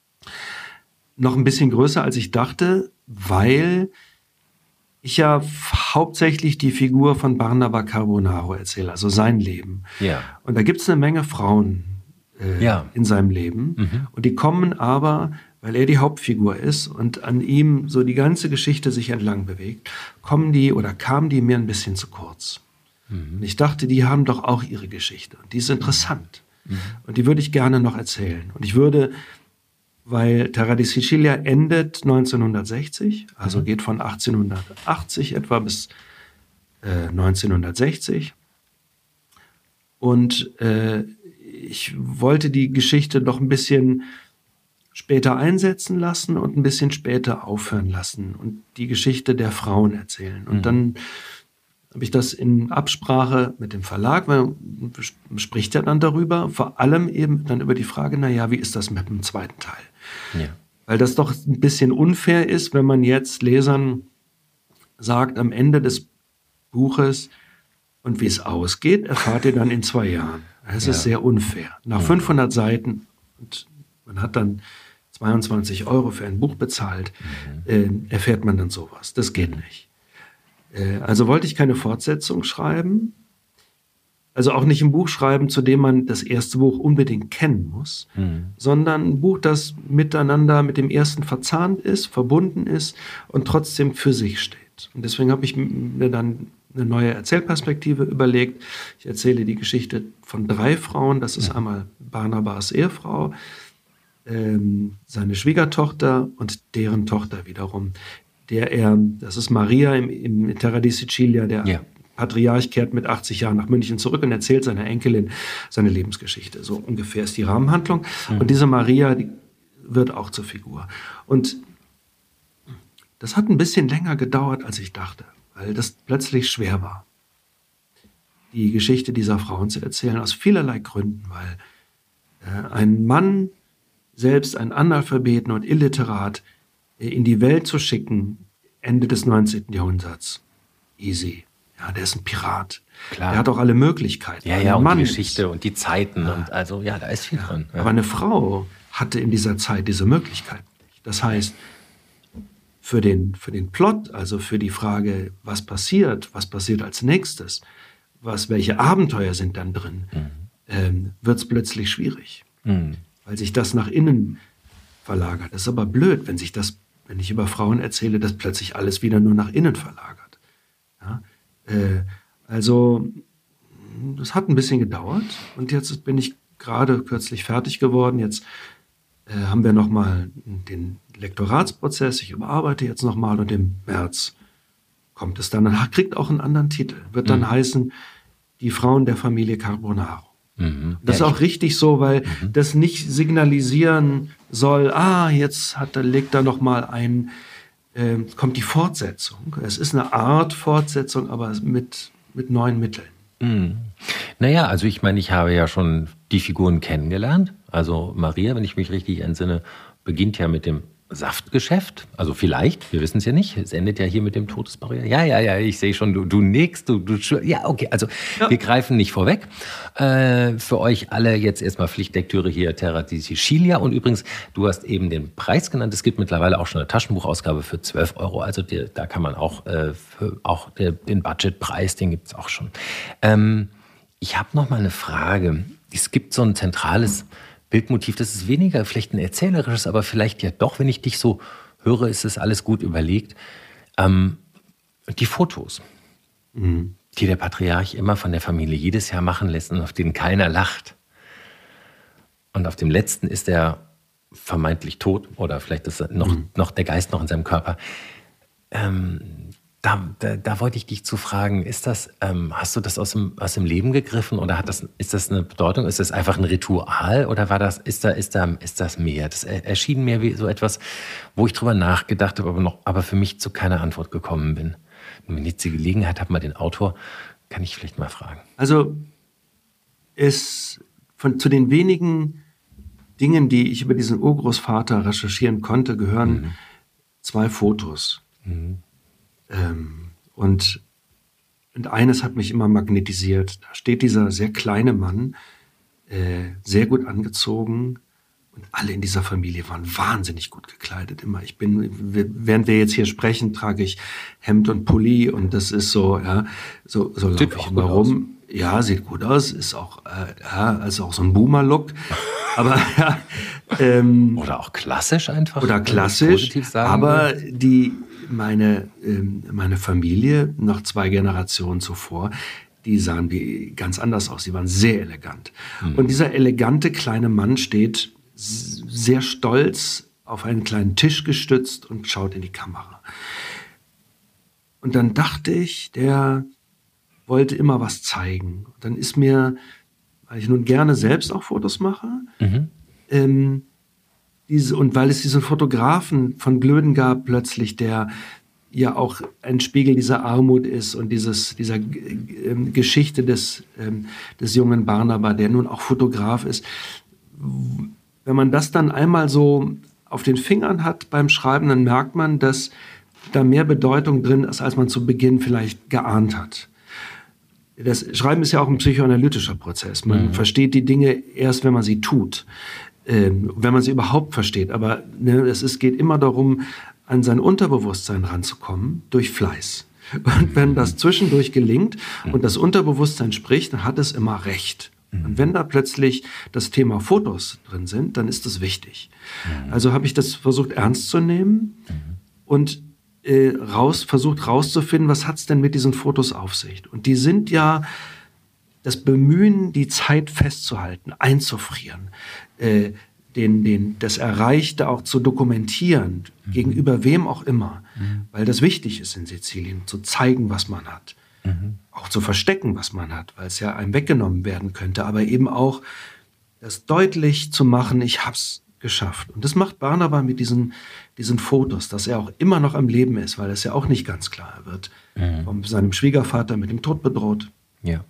noch ein bisschen größer, als ich dachte, weil ich ja hauptsächlich die Figur von Barnaba Carbonaro erzähle, also sein Leben. Ja. Und da gibt es eine Menge Frauen äh, ja. in seinem Leben. Mhm. Und die kommen aber, weil er die Hauptfigur ist und an ihm so die ganze Geschichte sich entlang bewegt, kommen die oder kamen die mir ein bisschen zu kurz. Mhm. Und ich dachte, die haben doch auch ihre Geschichte. Und die ist interessant. Mhm. Und die würde ich gerne noch erzählen. Und ich würde... Weil Terra di Sicilia endet neunzehnhundertsechzig, also mhm. geht von achtzehnhundertachtzig etwa bis äh, neunzehnhundertsechzig. Und äh, ich wollte die Geschichte doch ein bisschen später einsetzen lassen und ein bisschen später aufhören lassen und die Geschichte der Frauen erzählen. Und mhm. dann habe ich das in Absprache mit dem Verlag, man spricht ja dann darüber, vor allem eben dann über die Frage, naja, wie ist das mit dem zweiten Teil? Ja. Weil das doch ein bisschen unfair ist, wenn man jetzt Lesern sagt, am Ende des Buches, und wie es ausgeht, erfahrt ihr dann in zwei Jahren. Das ja. ist sehr unfair. Nach ja. fünfhundert Seiten, und man hat dann zweiundzwanzig Euro für ein Buch bezahlt, mhm. äh, erfährt man dann sowas. Das geht nicht. Also wollte ich keine Fortsetzung schreiben, also auch nicht ein Buch schreiben, zu dem man das erste Buch unbedingt kennen muss, mhm. sondern ein Buch, das miteinander mit dem ersten verzahnt ist, verbunden ist und trotzdem für sich steht. Und deswegen habe ich mir dann eine neue Erzählperspektive überlegt. Ich erzähle die Geschichte von drei Frauen. Das ist ja. einmal Barnabas Ehefrau, ähm, seine Schwiegertochter und deren Tochter wiederum. Der er, das ist Maria im, im Terra di Sicilia, der ja. Patriarch kehrt mit achtzig Jahren nach München zurück und erzählt seiner Enkelin seine Lebensgeschichte. So ungefähr ist die Rahmenhandlung. Mhm. Und diese Maria, die wird auch zur Figur. Und das hat ein bisschen länger gedauert, als ich dachte, weil das plötzlich schwer war, die Geschichte dieser Frauen zu erzählen, aus vielerlei Gründen, weil äh, ein Mann, selbst ein Analphabeten und Illiterat, in die Welt zu schicken, Ende des neunzehnten. Jahrhunderts. Easy. Ja, der ist ein Pirat. Klar. Der hat auch alle Möglichkeiten. Ja, ja, und Mann die Geschichte ist. Und die Zeiten. Ja. Und also, ja, da ist viel ja. drin. Ja. Aber eine Frau hatte in dieser Zeit diese Möglichkeiten nicht. Das heißt, für den, für den Plot, also für die Frage, was passiert, was passiert als nächstes, was, welche Abenteuer sind dann drin, mhm. ähm, wird es plötzlich schwierig. Mhm. Weil sich das nach innen verlagert. Das ist aber blöd, wenn sich das, wenn ich über Frauen erzähle, dass plötzlich alles wieder nur nach innen verlagert. Ja? Äh, also, das hat ein bisschen gedauert und jetzt bin ich gerade kürzlich fertig geworden. Jetzt äh, haben wir nochmal den Lektoratsprozess. Ich überarbeite jetzt nochmal und im März kommt es dann. Dann kriegt auch einen anderen Titel. Wird dann mhm. heißen, die Frauen der Familie Carbonaro. Mhm. Das ja, ist auch richtig so, weil mhm. das nicht signalisieren soll, ah, jetzt hat, legt er nochmal ein, äh, kommt die Fortsetzung. Es ist eine Art Fortsetzung, aber mit, mit neuen Mitteln. Mhm. Naja, also ich meine, ich habe ja schon die Figuren kennengelernt. Also Maria, wenn ich mich richtig entsinne, beginnt ja mit dem Saftgeschäft. Also vielleicht, wir wissen es ja nicht. Es endet ja hier mit dem Todesbarrier. Ja, ja, ja, ich sehe schon, du, du nix, du, du, ja, okay. Also ja. wir greifen nicht vorweg. Äh, für euch alle jetzt erstmal Pflichtlektüre hier, Terra di Sicilia. Und übrigens, du hast eben den Preis genannt. Es gibt mittlerweile auch schon eine Taschenbuchausgabe für zwölf Euro. Also die, da kann man auch, äh, für, auch der, den Budgetpreis, den gibt es auch schon. Ähm, ich habe noch mal eine Frage. Es gibt so ein zentrales Bildmotiv, das ist weniger vielleicht ein erzählerisches, aber vielleicht ja doch, wenn ich dich so höre, ist es alles gut überlegt. Ähm, die Fotos, mhm. die der Patriarch immer von der Familie jedes Jahr machen lässt und auf denen keiner lacht. Und auf dem letzten ist er vermeintlich tot oder vielleicht ist noch, mhm. noch der Geist noch in seinem Körper. Ähm, Da, da, da wollte ich dich zu fragen, ist das, ähm, hast du das aus dem, aus dem Leben gegriffen oder hat das, ist das eine Bedeutung? Ist das einfach ein Ritual oder war das, ist da, ist da, ist das mehr? Das erschien mir wie so etwas, wo ich drüber nachgedacht habe, aber noch, aber für mich zu keiner Antwort gekommen bin. Und wenn ich jetzt die Gelegenheit habe, mal den Autor, kann ich vielleicht mal fragen. Also, es, von, zu den wenigen Dingen, die ich über diesen Urgroßvater recherchieren konnte, gehören mhm. zwei Fotos. Mhm. Ähm, und, und eines hat mich immer magnetisiert. Da steht dieser sehr kleine Mann, äh, sehr gut angezogen. Und alle in dieser Familie waren wahnsinnig gut gekleidet. Immer. Ich bin, während wir jetzt hier sprechen, trage ich Hemd und Pulli und das ist so, ja, so, so laufe ich immer rum. Ja, sieht gut aus, ist auch, äh, ja, also auch so ein Boomer-Look. Aber ja, ähm, oder auch klassisch einfach. Oder klassisch. Aber die meine ähm, meine Familie noch zwei Generationen zuvor, die sahen wie ganz anders aus. Die waren sehr elegant. Mhm. Und dieser elegante kleine Mann steht sehr stolz auf einen kleinen Tisch gestützt und schaut in die Kamera. Und dann dachte ich, der wollte immer was zeigen. Und dann ist mir, weil ich nun gerne selbst auch Fotos mache, mhm. ähm, diese, und weil es diesen Fotografen von Glöden gab plötzlich, der ja auch ein Spiegel dieser Armut ist und dieses, dieser äh, Geschichte des, ähm, des jungen Barnaba, der nun auch Fotograf ist. Wenn man das dann einmal so auf den Fingern hat beim Schreiben, dann merkt man, dass da mehr Bedeutung drin ist, als man zu Beginn vielleicht geahnt hat. Das Schreiben ist ja auch ein psychoanalytischer Prozess. Man mhm. versteht die Dinge erst, wenn man sie tut, ähm, wenn man sie überhaupt versteht. Aber ne, es ist, geht immer darum, an sein Unterbewusstsein ranzukommen durch Fleiß. Und wenn das zwischendurch gelingt mhm. und das Unterbewusstsein spricht, dann hat es immer recht. Mhm. Und wenn da plötzlich das Thema Fotos drin sind, dann ist das wichtig. Mhm. Also habe ich das versucht ernst zu nehmen mhm. und Äh, raus, versucht rauszufinden, was hat's denn mit diesen Fotos auf sich? Und die sind ja das Bemühen, die Zeit festzuhalten, einzufrieren, äh, den, den, das Erreichte auch zu dokumentieren, mhm. gegenüber wem auch immer, mhm. weil das wichtig ist in Sizilien, zu zeigen, was man hat, mhm. auch zu verstecken, was man hat, weil es ja einem weggenommen werden könnte, aber eben auch das deutlich zu machen, ich hab's geschafft. Und das macht Barnaba mit diesen, diesen Fotos, dass er auch immer noch am Leben ist, weil es ja auch nicht ganz klar wird. Mhm. Von seinem Schwiegervater mit dem Tod bedroht. Ja.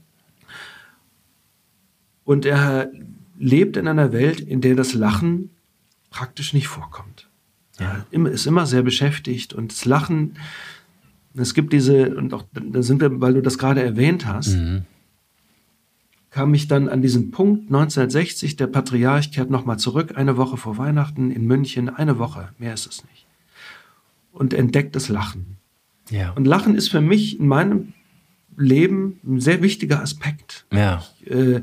Und er lebt in einer Welt, in der das Lachen praktisch nicht vorkommt. Ja. Immer, ist immer sehr beschäftigt und das Lachen, es gibt diese, und auch da sind wir, weil du das gerade erwähnt hast, mhm. kam ich dann an diesen Punkt, neunzehnhundertsechzig, der Patriarch kehrt nochmal zurück, eine Woche vor Weihnachten in München, eine Woche, mehr ist es nicht. Und entdeckt das Lachen. Ja. Und Lachen ist für mich in meinem Leben ein sehr wichtiger Aspekt. Ja. Ich, äh,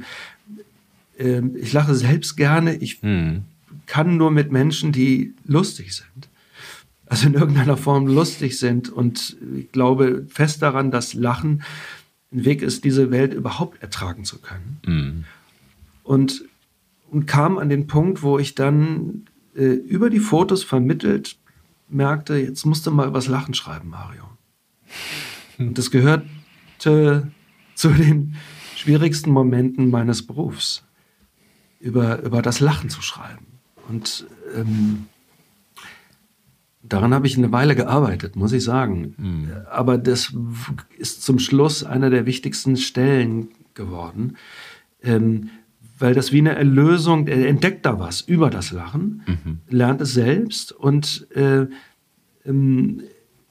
äh, ich lache selbst gerne, ich mhm. kann nur mit Menschen, die lustig sind. Also in irgendeiner Form lustig sind. Und ich glaube fest daran, dass Lachen ein Weg ist, diese Welt überhaupt ertragen zu können. Mhm. Und, und kam an den Punkt, wo ich dann äh, über die Fotos vermittelt merkte, jetzt musst du mal übers Lachen schreiben, Mario. Und das gehörte zu den schwierigsten Momenten meines Berufs, über, über das Lachen zu schreiben. Und ähm, daran habe ich eine Weile gearbeitet, muss ich sagen. Mhm. Aber das ist zum Schluss einer der wichtigsten Stellen geworden, ähm, weil das wie eine Erlösung, er entdeckt da was über das Lachen, mhm. lernt es selbst und äh, ähm,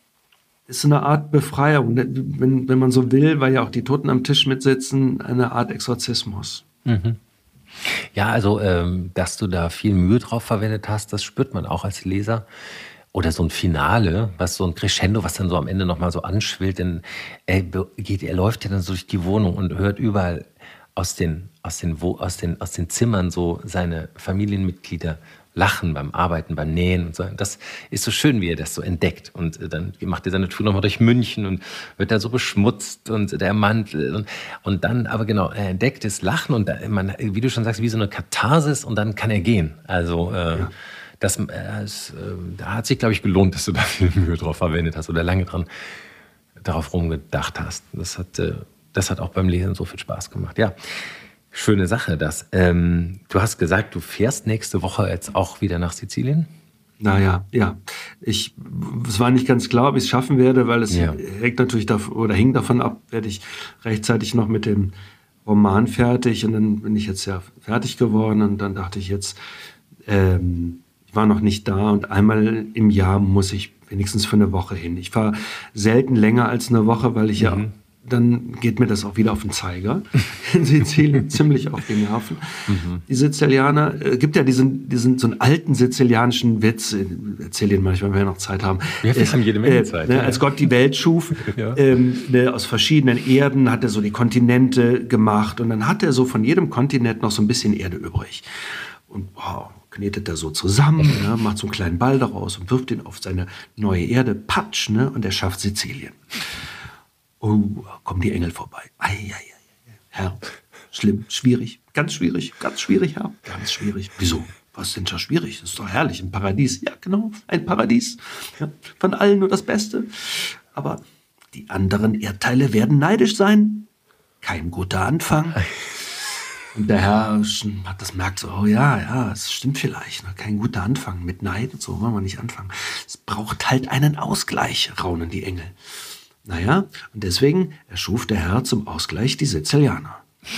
ist eine Art Befreiung, wenn, wenn man so will, weil ja auch die Toten am Tisch mitsitzen, eine Art Exorzismus. Mhm. Ja, also, ähm, dass du da viel Mühe drauf verwendet hast, das spürt man auch als Leser. Oder so ein Finale, was so ein Crescendo, was dann so am Ende nochmal so anschwillt, denn er, geht, er läuft ja dann so durch die Wohnung und hört überall aus den, aus den, wo, aus den, aus den Zimmern so seine Familienmitglieder lachen beim Arbeiten, beim Nähen und so. Das ist so schön, wie er das so entdeckt. Und dann macht er seine Tour nochmal durch München und wird da so beschmutzt und der Mantel. Und, und dann, aber genau, er entdeckt das Lachen und da, man, wie du schon sagst, wie so eine Katharsis und dann kann er gehen. Also, äh, ja. Das, das, da hat sich, glaube ich, gelohnt, dass du da viel Mühe drauf verwendet hast oder lange dran darauf rumgedacht hast. Das hat, das hat auch beim Lesen so viel Spaß gemacht. Ja, schöne Sache das. Ähm, du hast gesagt, du fährst nächste Woche jetzt auch wieder nach Sizilien? Naja, ja. Ich, es war nicht ganz klar, ob ich es schaffen werde, weil es ja. hängt natürlich davon, oder hing davon ab, werde ich rechtzeitig noch mit dem Roman fertig. Und dann bin ich jetzt ja fertig geworden und dann dachte ich jetzt, ähm, ich war noch nicht da und einmal im Jahr muss ich wenigstens für eine Woche hin. Ich fahre selten länger als eine Woche, weil ich mhm. ja, dann geht mir das auch wieder auf den Zeiger. In Sizilien ziemlich auf die Nerven. Mhm. Die Sizilianer, äh, gibt ja diesen, diesen so einen alten sizilianischen Witz, äh, erzähle ihn manchmal, wenn wir noch Zeit haben. Ja, wir äh, haben jede Menge äh, Zeit. Ne, ja. Als Gott die Welt schuf, ja. ähm, ne, aus verschiedenen Erden hat er so die Kontinente gemacht und dann hat er so von jedem Kontinent noch so ein bisschen Erde übrig. Und wow, knetet er so zusammen, ne, macht so einen kleinen Ball daraus und wirft ihn auf seine neue Erde, patsch, ne, und er schafft Sizilien. Oh, kommen die Engel vorbei. Ei, ei, ei, Herr, schlimm, schwierig, ganz schwierig, ganz schwierig, Herr, ganz schwierig. Wieso? Was ist denn schon schwierig? Das ist doch herrlich, ein Paradies. Ja, genau, ein Paradies. Ja, von allen nur das Beste. Aber die anderen Erdteile werden neidisch sein. Kein guter Anfang. Und der Herr hat das merkt so, oh ja, ja, es stimmt vielleicht. Ne? Kein guter Anfang mit Neid und so wollen wir nicht anfangen. Es braucht halt einen Ausgleich, raunen die Engel. Naja, und deswegen erschuf der Herr zum Ausgleich die Sizilianer.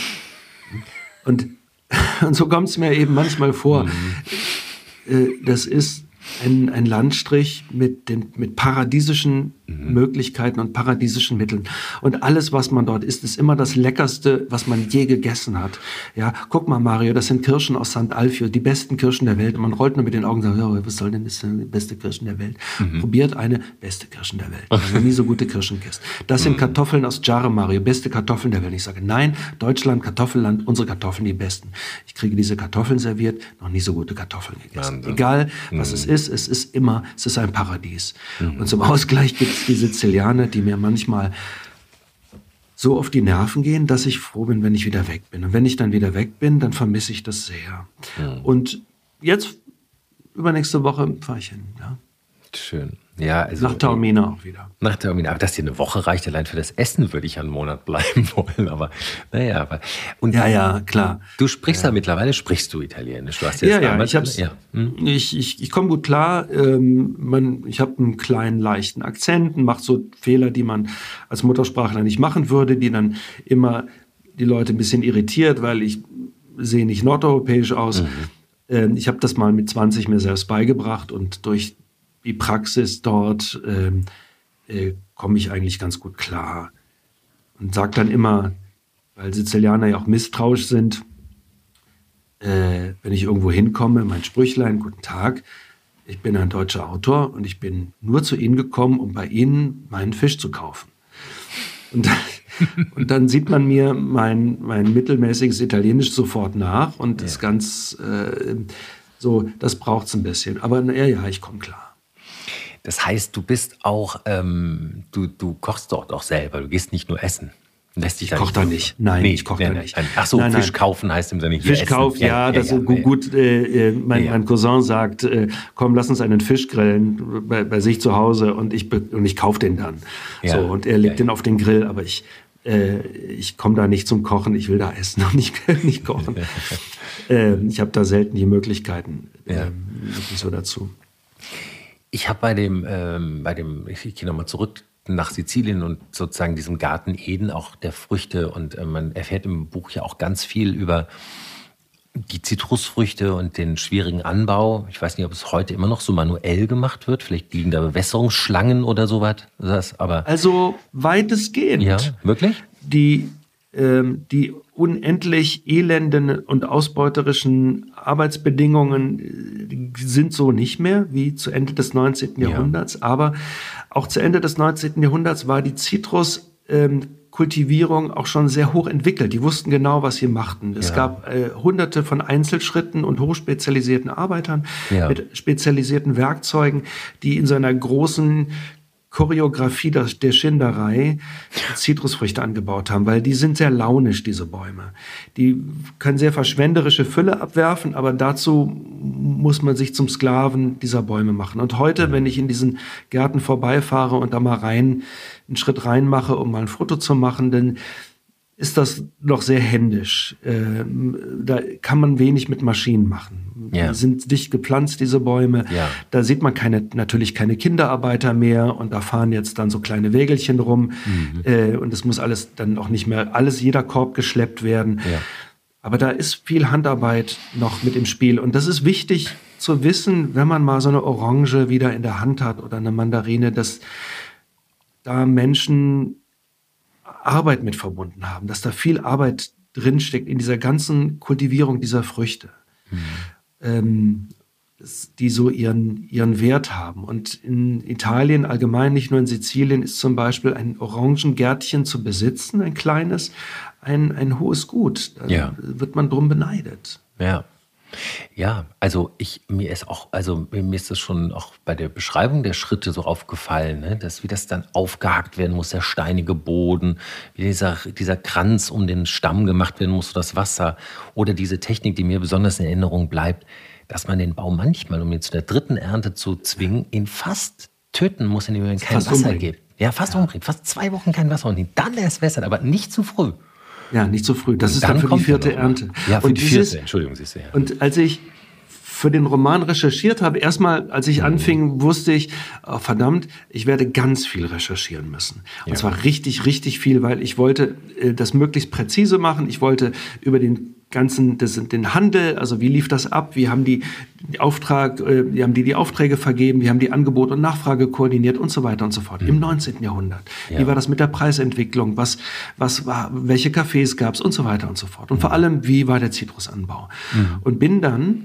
Und, und so kommt es mir eben manchmal vor. Mhm. Äh, das ist ein, ein Landstrich mit, den, mit paradiesischen mhm. Möglichkeiten und paradiesischen Mitteln. Und alles, was man dort isst, ist immer das Leckerste, was man je gegessen hat. Ja, guck mal, Mario, das sind Kirschen aus Sankt Alfio, die besten Kirschen der Welt. Und man rollt nur mit den Augen und sagt, oh, was soll denn das die beste Kirschen der Welt? Mhm. Probiert eine beste Kirschen der Welt. Ich habe nie so gute Kirschen gegessen. Das sind Kartoffeln aus Jarre, Mario, beste Kartoffeln der Welt. Ich sage, nein, Deutschland, Kartoffelland, unsere Kartoffeln die besten. Ich kriege diese Kartoffeln serviert, noch nie so gute Kartoffeln gegessen. Wahnsinn. Egal, was mhm. es ist, es ist immer, es ist ein Paradies. Mhm. Und zum Ausgleich gibt es die Sizilianer, die mir manchmal so auf die Nerven gehen, dass ich froh bin, wenn ich wieder weg bin. Und wenn ich dann wieder weg bin, dann vermisse ich das sehr. Mhm. Und jetzt, übernächste Woche, fahre ich hin. Ja. Schön. Ja, also nach Taormina auch wieder. Nach Taormina. Aber dass dir eine Woche reicht, allein für das Essen würde ich einen Monat bleiben wollen. Aber naja, aber und ja, ja, klar. Du sprichst ja, ja mittlerweile, sprichst du Italienisch. Du hast jetzt ja, ja, ich hab's, ja. Hm? Ich, ich, ich komme gut klar. Ähm, man, ich habe einen kleinen, leichten Akzent, mache so Fehler, die man als Muttersprachler nicht machen würde, die dann immer die Leute ein bisschen irritiert, weil ich sehe nicht nordeuropäisch aus. Mhm. Ähm, ich habe das mal mit zwanzig mir selbst beigebracht und durch die Praxis dort, ähm, äh, komme ich eigentlich ganz gut klar. Und sage dann immer, weil Sizilianer ja auch misstrauisch sind, äh, wenn ich irgendwo hinkomme, mein Sprüchlein, guten Tag, ich bin ein deutscher Autor und ich bin nur zu Ihnen gekommen, um bei Ihnen meinen Fisch zu kaufen. Und, und dann sieht man mir mein, mein mittelmäßiges Italienisch sofort nach und ja. ist ganz äh, so, das braucht es ein bisschen. Aber ja, ja, ich komme klar. Das heißt, du bist auch, ähm, du, du kochst dort auch selber, du gehst nicht nur essen. Lässt ich koche da nicht. Nein, nee, ich koche nee, da nicht. Ach so, nein, Fisch nein. kaufen heißt im Sinne hier Fisch kaufen, ja, ja, das ja, ist ja, gut. Äh, äh, mein, ja. mein Cousin sagt, äh, komm, lass uns einen Fisch grillen bei, bei sich zu Hause und ich, und ich kaufe den dann. Ja. So, und er legt ja, den auf den Grill, aber ich, äh, ich komme da nicht zum Kochen, ich will da essen und nicht, nicht kochen. äh, ich habe da selten die Möglichkeiten ja. äh, wirklich so dazu. Ich habe bei dem, ähm, bei dem, ich gehe nochmal zurück nach Sizilien und sozusagen diesem Garten Eden, auch der Früchte. Und äh, man erfährt im Buch ja auch ganz viel über die Zitrusfrüchte und den schwierigen Anbau. Ich weiß nicht, ob es heute immer noch so manuell gemacht wird. Vielleicht liegen da Bewässerungsschlangen oder sowas. Aber also weitestgehend. Ja, wirklich? Die, ähm, die unendlich elenden und ausbeuterischen Arbeitsbedingungen sind so nicht mehr wie zu Ende des neunzehnten. Ja. Jahrhunderts. Aber auch zu Ende des neunzehnten. Jahrhunderts war die Zitruskultivierung ähm, auch schon sehr hoch entwickelt. Die wussten genau, was sie machten. Es ja. gab äh, hunderte von Einzelschritten und hochspezialisierten Arbeitern ja. mit spezialisierten Werkzeugen, die in so einer großen Choreografie der, der Schinderei Zitrusfrüchte angebaut haben, weil die sind sehr launisch, diese Bäume. Die können sehr verschwenderische Fülle abwerfen, aber dazu muss man sich zum Sklaven dieser Bäume machen. Und heute, wenn ich in diesen Gärten vorbeifahre und da mal rein, einen Schritt rein mache, um mal ein Foto zu machen, dann ist das noch sehr händisch. Ähm, da kann man wenig mit Maschinen machen. Ja. Die sind dicht gepflanzt, diese Bäume. Ja. Da sieht man keine, natürlich keine Kinderarbeiter mehr und da fahren jetzt dann so kleine Wägelchen rum. Mhm. Äh, und es muss alles dann auch nicht mehr, alles, jeder Korb geschleppt werden. Ja. Aber da ist viel Handarbeit noch mit im Spiel. Und das ist wichtig zu wissen, wenn man mal so eine Orange wieder in der Hand hat oder eine Mandarine, dass da Menschen Arbeit mit verbunden haben, dass da viel Arbeit drinsteckt in dieser ganzen Kultivierung dieser Früchte, mhm. ähm, die so ihren, ihren Wert haben. Und in Italien allgemein, nicht nur in Sizilien, ist zum Beispiel ein Orangengärtchen zu besitzen, ein kleines, ein, ein hohes Gut. Da ja. wird man drum beneidet. Ja. Ja, also ich, mir ist auch, also mir ist das schon auch bei der Beschreibung der Schritte so aufgefallen, ne, dass wie das dann aufgehakt werden muss, der steinige Boden, wie dieser, dieser Kranz um den Stamm gemacht werden muss, das Wasser oder diese Technik, die mir besonders in Erinnerung bleibt, dass man den Baum manchmal, um ihn zu der dritten Ernte zu zwingen, ihn fast töten muss, indem man ihm kein Wasser umbringen. gibt. Ja, fast ja. umbringt, fast zwei Wochen kein Wasser und ihn dann erst wässert, aber nicht zu früh. Ja, nicht so früh. Das und ist dann, dann für die vierte Ernte. Ja, für und die dieses, vierte, Entschuldigung, siehst du ja. Und als ich für den Roman recherchiert habe, erstmal, als ich mhm. anfing, wusste ich, oh, verdammt, ich werde ganz viel recherchieren müssen. Und ja. zwar richtig, richtig viel, weil ich wollte äh, das möglichst präzise machen. Ich wollte über den ganzen, das, den Handel, also wie lief das ab, wie haben die, die Auftrag, äh, wie haben die die Aufträge vergeben, wie haben die Angebot und Nachfrage koordiniert und so weiter und so fort. Mhm. Im neunzehnten. Jahrhundert. Ja. Wie war das mit der Preisentwicklung? Was, was war, welche Cafés gab es und so weiter und so fort. Und mhm. vor allem, wie war der Zitrusanbau? Mhm. Und bin dann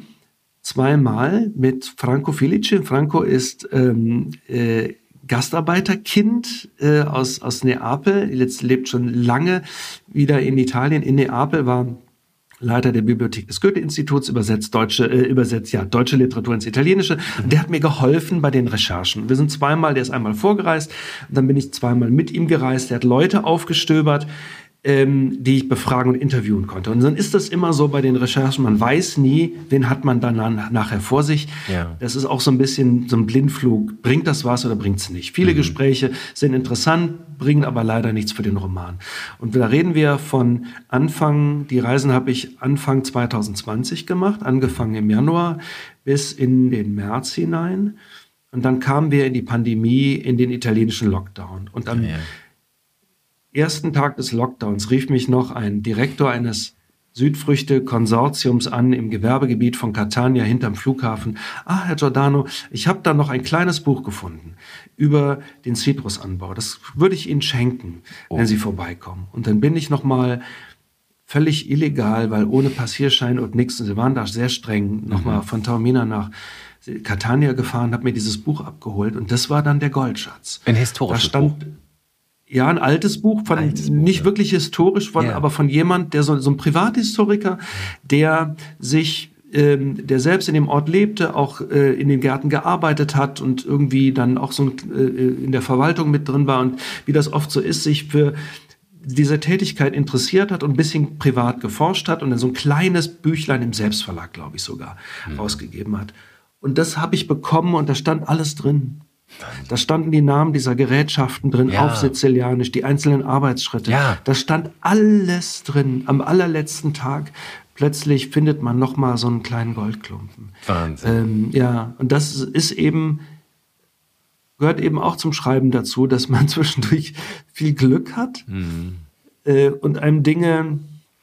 zweimal mit Franco Felice. Franco ist ähm, äh, Gastarbeiterkind äh, aus, aus Neapel. Jetzt lebt schon lange wieder in Italien. In Neapel war Leiter der Bibliothek des Goethe-Instituts, übersetzt deutsche, äh, übersetzt ja deutsche Literatur ins Italienische. Und der hat mir geholfen bei den Recherchen. Wir sind zweimal, der ist einmal vorgereist, und dann bin ich zweimal mit ihm gereist. Der hat Leute aufgestöbert, ähm, die ich befragen und interviewen konnte. Und dann ist das immer so bei den Recherchen, man weiß nie, wen hat man dann nach, nachher vor sich. Ja. Das ist auch so ein bisschen so ein Blindflug. Bringt das was oder bringt es nicht? Viele mhm. Gespräche sind interessant, bringen aber leider nichts für den Roman. Und da reden wir von Anfang, die Reisen habe ich Anfang zwanzig zwanzig gemacht, angefangen im Januar bis in den März hinein. Und dann kamen wir in die Pandemie, in den italienischen Lockdown. Und am ja, ja. ersten Tag des Lockdowns rief mich noch ein Direktor eines Südfrüchte-Konsortiums an im Gewerbegebiet von Catania hinterm Flughafen. Ah, Herr Giordano, ich habe da noch ein kleines Buch gefunden über den Zitrusanbau. Das würde ich Ihnen schenken, oh. wenn Sie vorbeikommen. Und dann bin ich noch mal völlig illegal, weil ohne Passierschein und nichts, und sie waren da sehr streng, mhm. nochmal von Taormina nach Catania gefahren, habe mir dieses Buch abgeholt und das war dann der Goldschatz. Ein historisches da stand, Buch? Ja, ein altes Buch, von, altes Buch nicht ja. wirklich historisch, von, ja. aber von jemand, der so, so ein Privathistoriker, der sich, ähm, der selbst in dem Ort lebte, auch äh, in den Gärten gearbeitet hat und irgendwie dann auch so äh, in der Verwaltung mit drin war und wie das oft so ist, sich für diese Tätigkeit interessiert hat und ein bisschen privat geforscht hat und dann so ein kleines Büchlein im Selbstverlag, glaube ich sogar, mhm. rausgegeben hat. Und das habe ich bekommen und da stand alles drin. Da standen die Namen dieser Gerätschaften drin, ja. auf Sizilianisch, die einzelnen Arbeitsschritte. Ja. Da stand alles drin. Am allerletzten Tag plötzlich findet man noch mal so einen kleinen Goldklumpen. Wahnsinn. Ähm, ja, und das ist eben, gehört eben auch zum Schreiben dazu, dass man zwischendurch viel Glück hat mhm. äh, und einem Dinge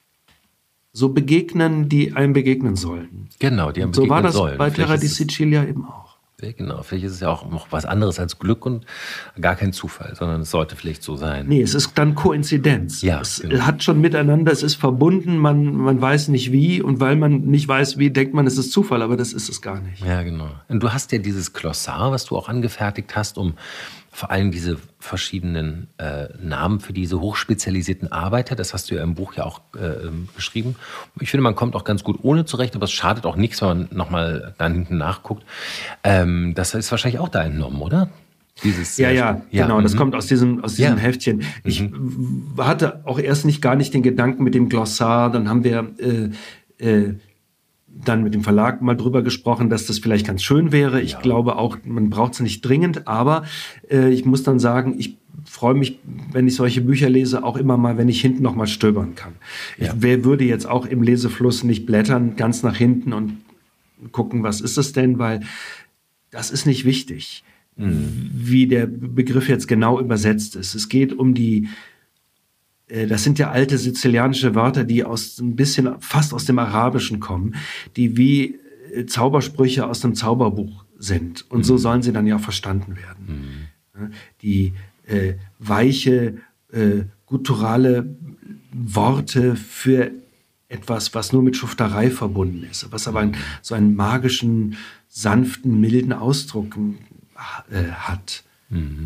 so begegnen, die einem begegnen sollen. Genau, die einem begegnen sollen. So war das sollen. bei Terra di Sicilia eben auch. Genau, vielleicht ist es ja auch noch was anderes als Glück und gar kein Zufall, sondern es sollte vielleicht so sein. Nee, es ist dann Koinzidenz. Ja, es genau. hat schon miteinander, es ist verbunden, man, man weiß nicht wie und weil man nicht weiß wie, denkt man, es ist Zufall, aber das ist es gar nicht. Ja, genau. Und du hast ja dieses Glossar, was du auch angefertigt hast, um vor allem diese verschiedenen äh, Namen für diese hochspezialisierten Arbeiter, das hast du ja im Buch ja auch äh, geschrieben. Ich finde, man kommt auch ganz gut ohne zurecht, aber es schadet auch nichts, wenn man nochmal dann hinten nachguckt. Ähm, das ist wahrscheinlich auch da entnommen, oder? Dieses, ja, ja, ja, genau, mhm. das kommt aus diesem, aus diesem ja. Heftchen. Ich mhm. hatte auch erst nicht gar nicht den Gedanken mit dem Glossar, dann haben wir äh, äh, dann mit dem Verlag mal drüber gesprochen, dass das vielleicht ganz schön wäre. Ich ja. glaube auch, man braucht es nicht dringend, aber äh, ich muss dann sagen, ich freue mich, wenn ich solche Bücher lese, auch immer mal, wenn ich hinten noch mal stöbern kann. Ja. Ich wer würde jetzt auch im Lesefluss nicht blättern, ganz nach hinten und gucken, was ist das denn, weil das ist nicht wichtig, mhm. wie der Begriff jetzt genau übersetzt ist. Es geht um die Das sind ja alte sizilianische Wörter, die aus ein bisschen fast aus dem Arabischen kommen, die wie Zaubersprüche aus einem Zauberbuch sind. Und mhm. so sollen sie dann ja auch verstanden werden. Mhm. Die äh, weiche, äh, gutturale Worte für etwas, was nur mit Schufterei verbunden ist, was aber ein, so einen magischen, sanften, milden Ausdruck äh, hat. Mhm.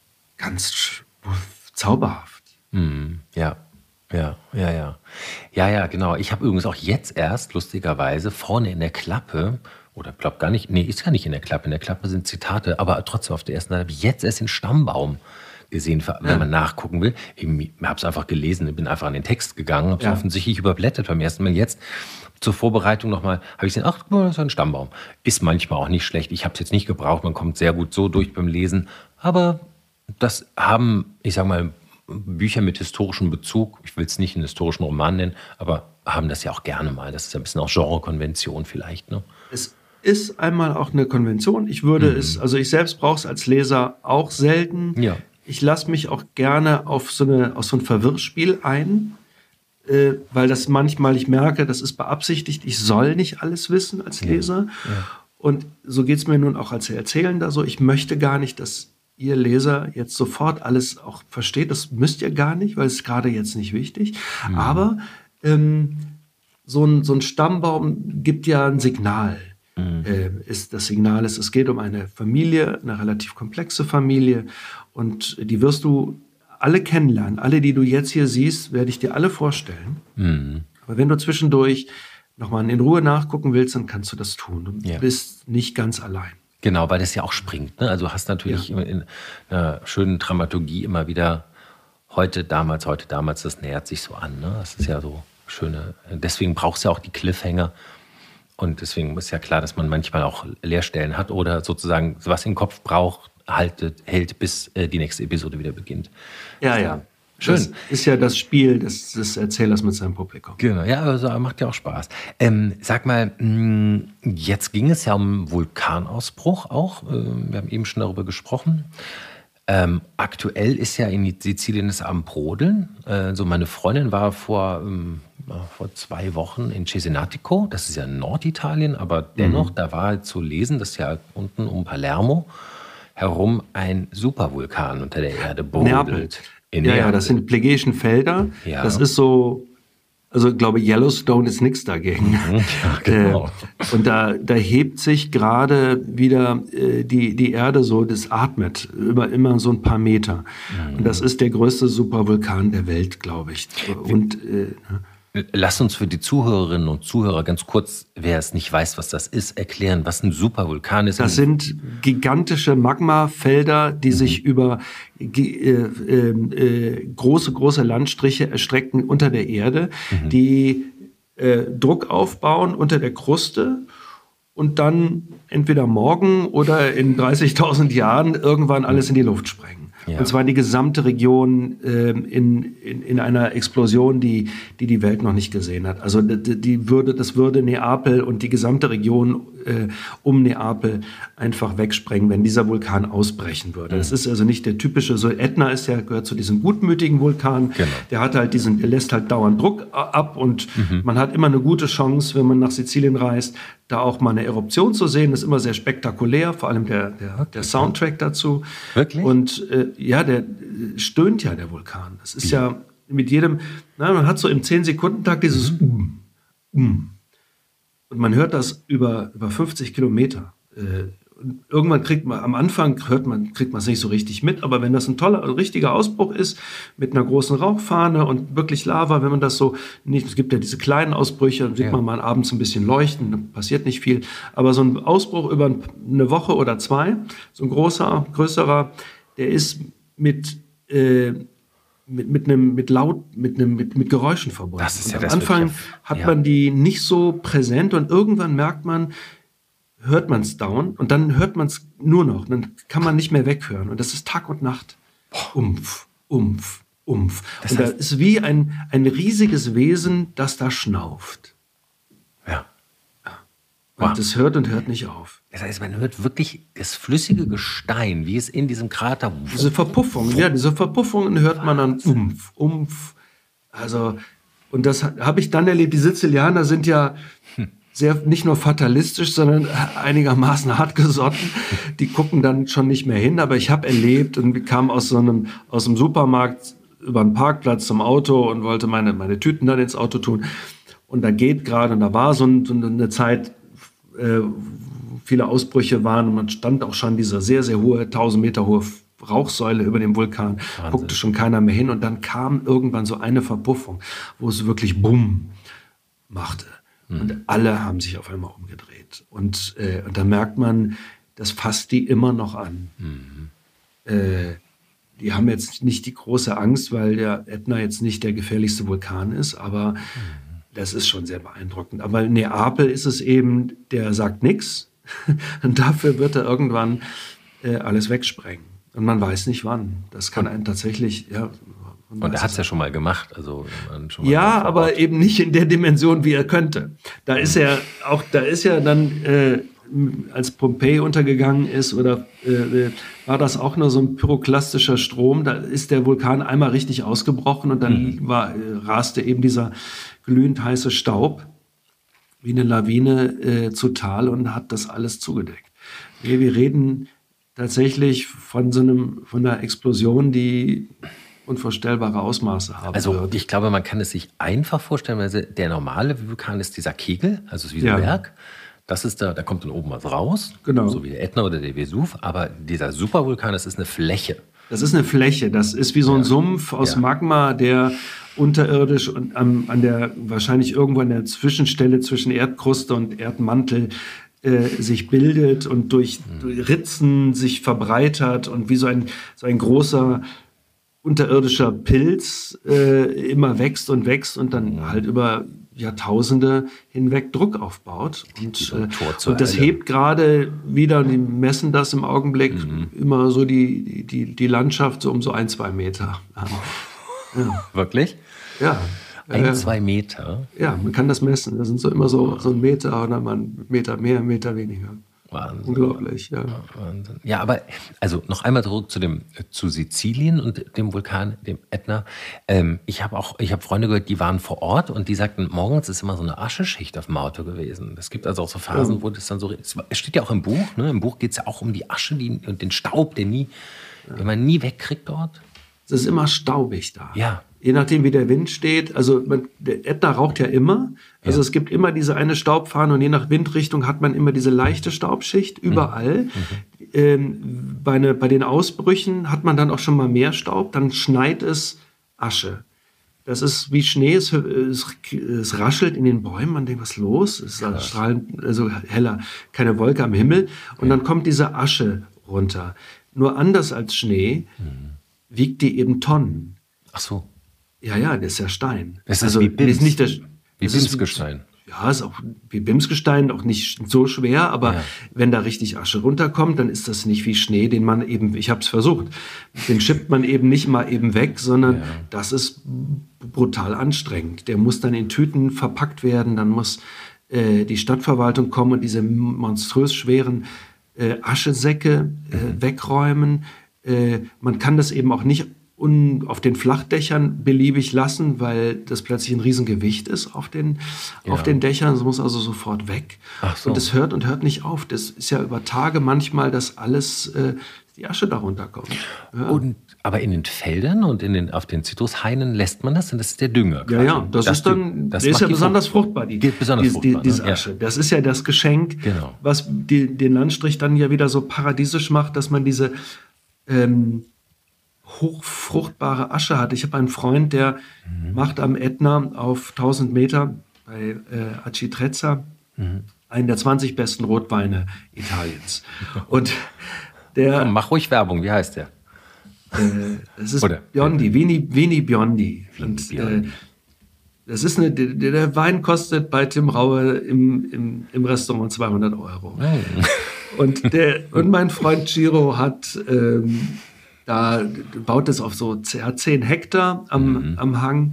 Ganz zauberhaft. Mhm. Ja, ja, ja, ja. Ja, ja, genau. Ich habe übrigens auch jetzt erst, lustigerweise, vorne in der Klappe, oder glaube gar nicht, nee, ist ja nicht in der Klappe, in der Klappe sind Zitate, aber trotzdem auf der ersten Seite habe ich jetzt erst den Stammbaum gesehen, wenn ja. man nachgucken will. Ich habe es einfach gelesen, bin einfach an den Text gegangen, habe es ja. offensichtlich überblättert beim ersten Mal. Jetzt zur Vorbereitung nochmal, habe ich gesehen, ach, das ist ein Stammbaum. Ist manchmal auch nicht schlecht. Ich habe es jetzt nicht gebraucht, man kommt sehr gut so durch beim Lesen, aber das haben, ich sage mal, Bücher mit historischem Bezug, ich will es nicht einen historischen Roman nennen, aber haben das ja auch gerne mal. Das ist ja ein bisschen auch Genrekonvention vielleicht, ne? Es ist einmal auch eine Konvention. Ich würde mhm. es, also ich selbst brauche es als Leser auch selten. Ja. Ich lasse mich auch gerne auf so, eine, auf so ein Verwirrspiel ein, äh, weil das manchmal, ich merke, das ist beabsichtigt, ich soll nicht alles wissen als Leser. Ja. Ja. Und so geht es mir nun auch als Erzählender so. Ich möchte gar nicht, dass ihr Leser jetzt sofort alles auch versteht. Das müsst ihr gar nicht, weil es gerade jetzt nicht wichtig. Mhm. Aber ähm, so, ein, so ein Stammbaum gibt ja ein Signal. Mhm. Äh, ist, das Signal ist, es geht um eine Familie, eine relativ komplexe Familie. Und die wirst du alle kennenlernen. Alle, die du jetzt hier siehst, werde ich dir alle vorstellen. Mhm. Aber wenn du zwischendurch nochmal in Ruhe nachgucken willst, dann kannst du das tun. Du ja. bist nicht ganz allein. Genau, weil das ja auch springt. Ne? Also du hast natürlich Ja. in einer schönen Dramaturgie immer wieder heute, damals, heute, damals, das nähert sich so an. Ne? Das ist ja so schöne, deswegen brauchst du ja auch die Cliffhanger. Und deswegen ist ja klar, dass man manchmal auch Leerstellen hat oder sozusagen was im Kopf braucht, haltet, hält, bis äh, die nächste Episode wieder beginnt. Ja, ja. Schön. Das ist ja das Spiel des, des Erzählers mit seinem Publikum. Genau, ja, also macht ja auch Spaß. Ähm, sag mal, mh, jetzt ging es ja um Vulkanausbruch auch. Ähm, wir haben eben schon darüber gesprochen. Ähm, aktuell ist ja in Sizilien es am Brodeln. Äh, so meine Freundin war vor ähm, vor zwei Wochen in Cesenatico. Das ist ja Norditalien, aber dennoch, mhm. da war zu lesen, dass ja unten um Palermo herum ein Supervulkan unter der Erde brodelt. Neapel. In ja, Neapel. Ja, das sind Plegäischen Felder. Ja. Das ist so, also ich glaube, Yellowstone ist nichts dagegen. Ja, genau. Äh, und da, da hebt sich gerade wieder äh, die, die Erde so, das atmet immer, immer so ein paar Meter. Mhm. Und das ist der größte Supervulkan der Welt, glaube ich. Und äh, Lass uns für die Zuhörerinnen und Zuhörer ganz kurz, wer es nicht weiß, was das ist, erklären, was ein Supervulkan ist. Das sind gigantische Magmafelder, die mhm. sich über äh, äh, äh, große, große Landstriche erstrecken unter der Erde, mhm. die äh, Druck aufbauen unter der Kruste und dann entweder morgen oder in dreißigtausend Jahren irgendwann alles in die Luft sprengen. Ja. Und zwar die gesamte Region äh, in, in, in einer Explosion, die, die die Welt noch nicht gesehen hat. Also die, die würde, das würde Neapel und die gesamte Region äh, um Neapel einfach wegsprengen, wenn dieser Vulkan ausbrechen würde. Mhm. Das ist also nicht der typische, so Ätna ist ja, gehört zu diesem gutmütigen Vulkan. Genau. Der hat halt diesen, der lässt halt dauernd Druck ab und mhm. man hat immer eine gute Chance, wenn man nach Sizilien reist, da auch mal eine Eruption zu sehen. Das ist immer sehr spektakulär, vor allem der, der, der Soundtrack dazu. Wirklich? Und äh, ja, der stöhnt ja, der Vulkan. Das ist ja mit jedem, na, man hat so im zehn-Sekunden-Takt dieses mhm. um, um. Und man hört das über, über fünfzig Kilometer. Äh, und irgendwann kriegt man, am Anfang hört man, kriegt man es nicht so richtig mit, aber wenn das ein toller, ein richtiger Ausbruch ist, mit einer großen Rauchfahne und wirklich Lava, wenn man das so nicht, es gibt ja diese kleinen Ausbrüche, dann sieht ja. man mal abends ein bisschen leuchten, dann passiert nicht viel, aber so ein Ausbruch über eine Woche oder zwei, so ein großer, größerer, der ist mit, äh, mit, mit einem, mit laut, mit einem, mit, mit Geräuschen verbunden. Das ist ja am das Anfang wirklich, hat ja. man die nicht so präsent und irgendwann merkt man, hört man es down und dann hört man es nur noch. Dann kann man nicht mehr weghören. Und das ist Tag und Nacht. Umf, umf, umf. Das und da ist wie ein, ein riesiges Wesen, das da schnauft. Ja. ja. Und wow. das hört und hört nicht auf. Das heißt, man hört wirklich das flüssige Gestein, wie es in diesem Krater... Diese Verpuffung, ja, diese Verpuffungen hört man dann umf, umf. Also, und das habe ich dann erlebt. Die Sizilianer sind ja... Hm. sehr, nicht nur fatalistisch, sondern einigermaßen hartgesotten. Die gucken dann schon nicht mehr hin. Aber ich habe erlebt und kam aus so einem, aus dem Supermarkt über einen Parkplatz zum Auto und wollte meine, meine Tüten dann ins Auto tun. Und da geht gerade, und da war so, ein, so eine Zeit, äh, viele Ausbrüche waren und man stand auch schon diese sehr, sehr hohe, tausend Meter hohe Rauchsäule über dem Vulkan. Wahnsinn. Guckte schon keiner mehr hin. Und dann kam irgendwann so eine Verpuffung, wo es wirklich Bumm machte. Und alle haben sich auf einmal umgedreht. Und, äh, und da merkt man, das fasst die immer noch an. Mhm. Äh, die haben jetzt nicht die große Angst, weil der Ätna jetzt nicht der gefährlichste Vulkan ist, aber mhm. das ist schon sehr beeindruckend. Aber in Neapel ist es eben, der sagt nichts. Und dafür wird er irgendwann äh, alles wegsprengen. Und man weiß nicht wann. Das kann einen tatsächlich... Ja, und er hat es ja schon mal gemacht. Also schon mal ja, aber eben nicht in der Dimension, wie er könnte. Da ist er auch, da ist ja dann, äh, als Pompeji untergegangen ist, oder äh, war das auch nur so ein pyroklastischer Strom. Da ist der Vulkan einmal richtig ausgebrochen und dann mhm. war, äh, raste eben dieser glühend heiße Staub wie eine Lawine äh, zu Tal und hat das alles zugedeckt. Nee, wir reden tatsächlich von so einem, von einer Explosion, die unvorstellbare Ausmaße haben Also wird. ich glaube, man kann es sich einfach vorstellen, weil der normale Vulkan ist dieser Kegel, also ist wie so ein Ja. Berg. Das ist da, da kommt dann oben was raus, Genau. so wie der Ätna oder der Vesuv. Aber dieser Supervulkan, das ist eine Fläche. Das ist eine Fläche, das ist wie so ein Ja. Sumpf aus Ja. Magma, der unterirdisch und am, an der, wahrscheinlich irgendwo an der Zwischenstelle zwischen Erdkruste und Erdmantel äh, sich bildet und durch, mhm. durch Ritzen sich verbreitert und wie so ein, so ein großer unterirdischer Pilz äh, immer wächst und wächst und dann mhm. halt über Jahrtausende hinweg Druck aufbaut. Und, so ein äh, Tor zur und das Hölle. hebt gerade wieder, die messen das im Augenblick, Mhm. immer so die, die, die Landschaft so um so ein, zwei Meter an. Ja. Wirklich? Ja. Ein, ja, zwei Meter. ja, man kann das messen. Das sind so immer so, so ein Meter oder mal ein Meter mehr, ein Meter weniger. Wahnsinn. Unglaublich, ja. Wahnsinn. Ja, aber also noch einmal zurück zu dem zu Sizilien und dem Vulkan, dem Ätna. Ähm, ich habe auch, ich habe Freunde gehört, die waren vor Ort und die sagten, morgens ist immer so eine Ascheschicht auf dem Auto gewesen. Es gibt also auch so Phasen, ja. wo das dann so, es steht ja auch im Buch, ne? Im Buch geht es ja auch um die Asche die, und den Staub, den, nie, ja. den man nie wegkriegt dort. Es ist immer staubig da. Ja. Je nachdem, wie der Wind steht. Also man, der Ätna raucht ja immer. Also ja. es gibt immer diese eine Staubfahne und je nach Windrichtung hat man immer diese leichte Staubschicht überall. Mhm. Ähm, bei, eine, bei den Ausbrüchen hat man dann auch schon mal mehr Staub. Dann schneit es Asche. Das ist wie Schnee. Es, es, es raschelt in den Bäumen. Man denkt, was ist los? Es ist strahlend, also heller, keine Wolke am Himmel. Und ja. dann kommt diese Asche runter. Nur anders als Schnee mhm. wiegt die eben Tonnen. Ach so. Ja, ja, das ist ja Stein. Das ist also, wie Bims. Ist nicht das, wie Bimsgestein. Ja, ist auch wie Bimsgestein, auch nicht so schwer, aber ja. wenn da richtig Asche runterkommt, dann ist das nicht wie Schnee, den man eben, ich habe es versucht, den schippt man eben nicht mal eben weg, sondern ja. das ist brutal anstrengend. Der muss dann in Tüten verpackt werden, dann muss äh, die Stadtverwaltung kommen und diese monströs schweren äh, Aschesäcke äh, mhm. wegräumen. Äh, man kann das eben auch nicht und auf den Flachdächern beliebig lassen, weil das plötzlich ein Riesengewicht ist auf den, ja. auf den Dächern. Es muss also sofort weg. Ach so. Und es hört und hört nicht auf. Das ist ja über Tage manchmal, dass alles, äh, die Asche darunter kommt. Ja. Und, aber in den Feldern und in den, auf den Zitrushainen lässt man das? Und das ist der Dünger. Quasi. Ja, ja, das, das ist dann, das der ist ja besonders fruchtbar, die, besonders die, fruchtbar, die, diese ne? Asche. Das ist ja das Geschenk, genau. was die, den Landstrich dann ja wieder so paradiesisch macht, dass man diese ähm, hochfruchtbare Asche hat. Ich habe einen Freund, der mhm. macht am Ätna auf tausend Meter bei äh, Aci Trezza mhm. einen der zwanzig besten Rotweine Italiens. Und der... Ja, mach ruhig Werbung, wie heißt der? Äh, das ist Oder? Biondi, Vini, Vini Biondi. Und, äh, das ist eine, der, der Wein kostet bei Tim Raue im, im, im Restaurant zweihundert Euro. Mhm. Und, der, und mein Freund Giro hat... Ähm, Da baut es auf so zehn Hektar am, mhm. am Hang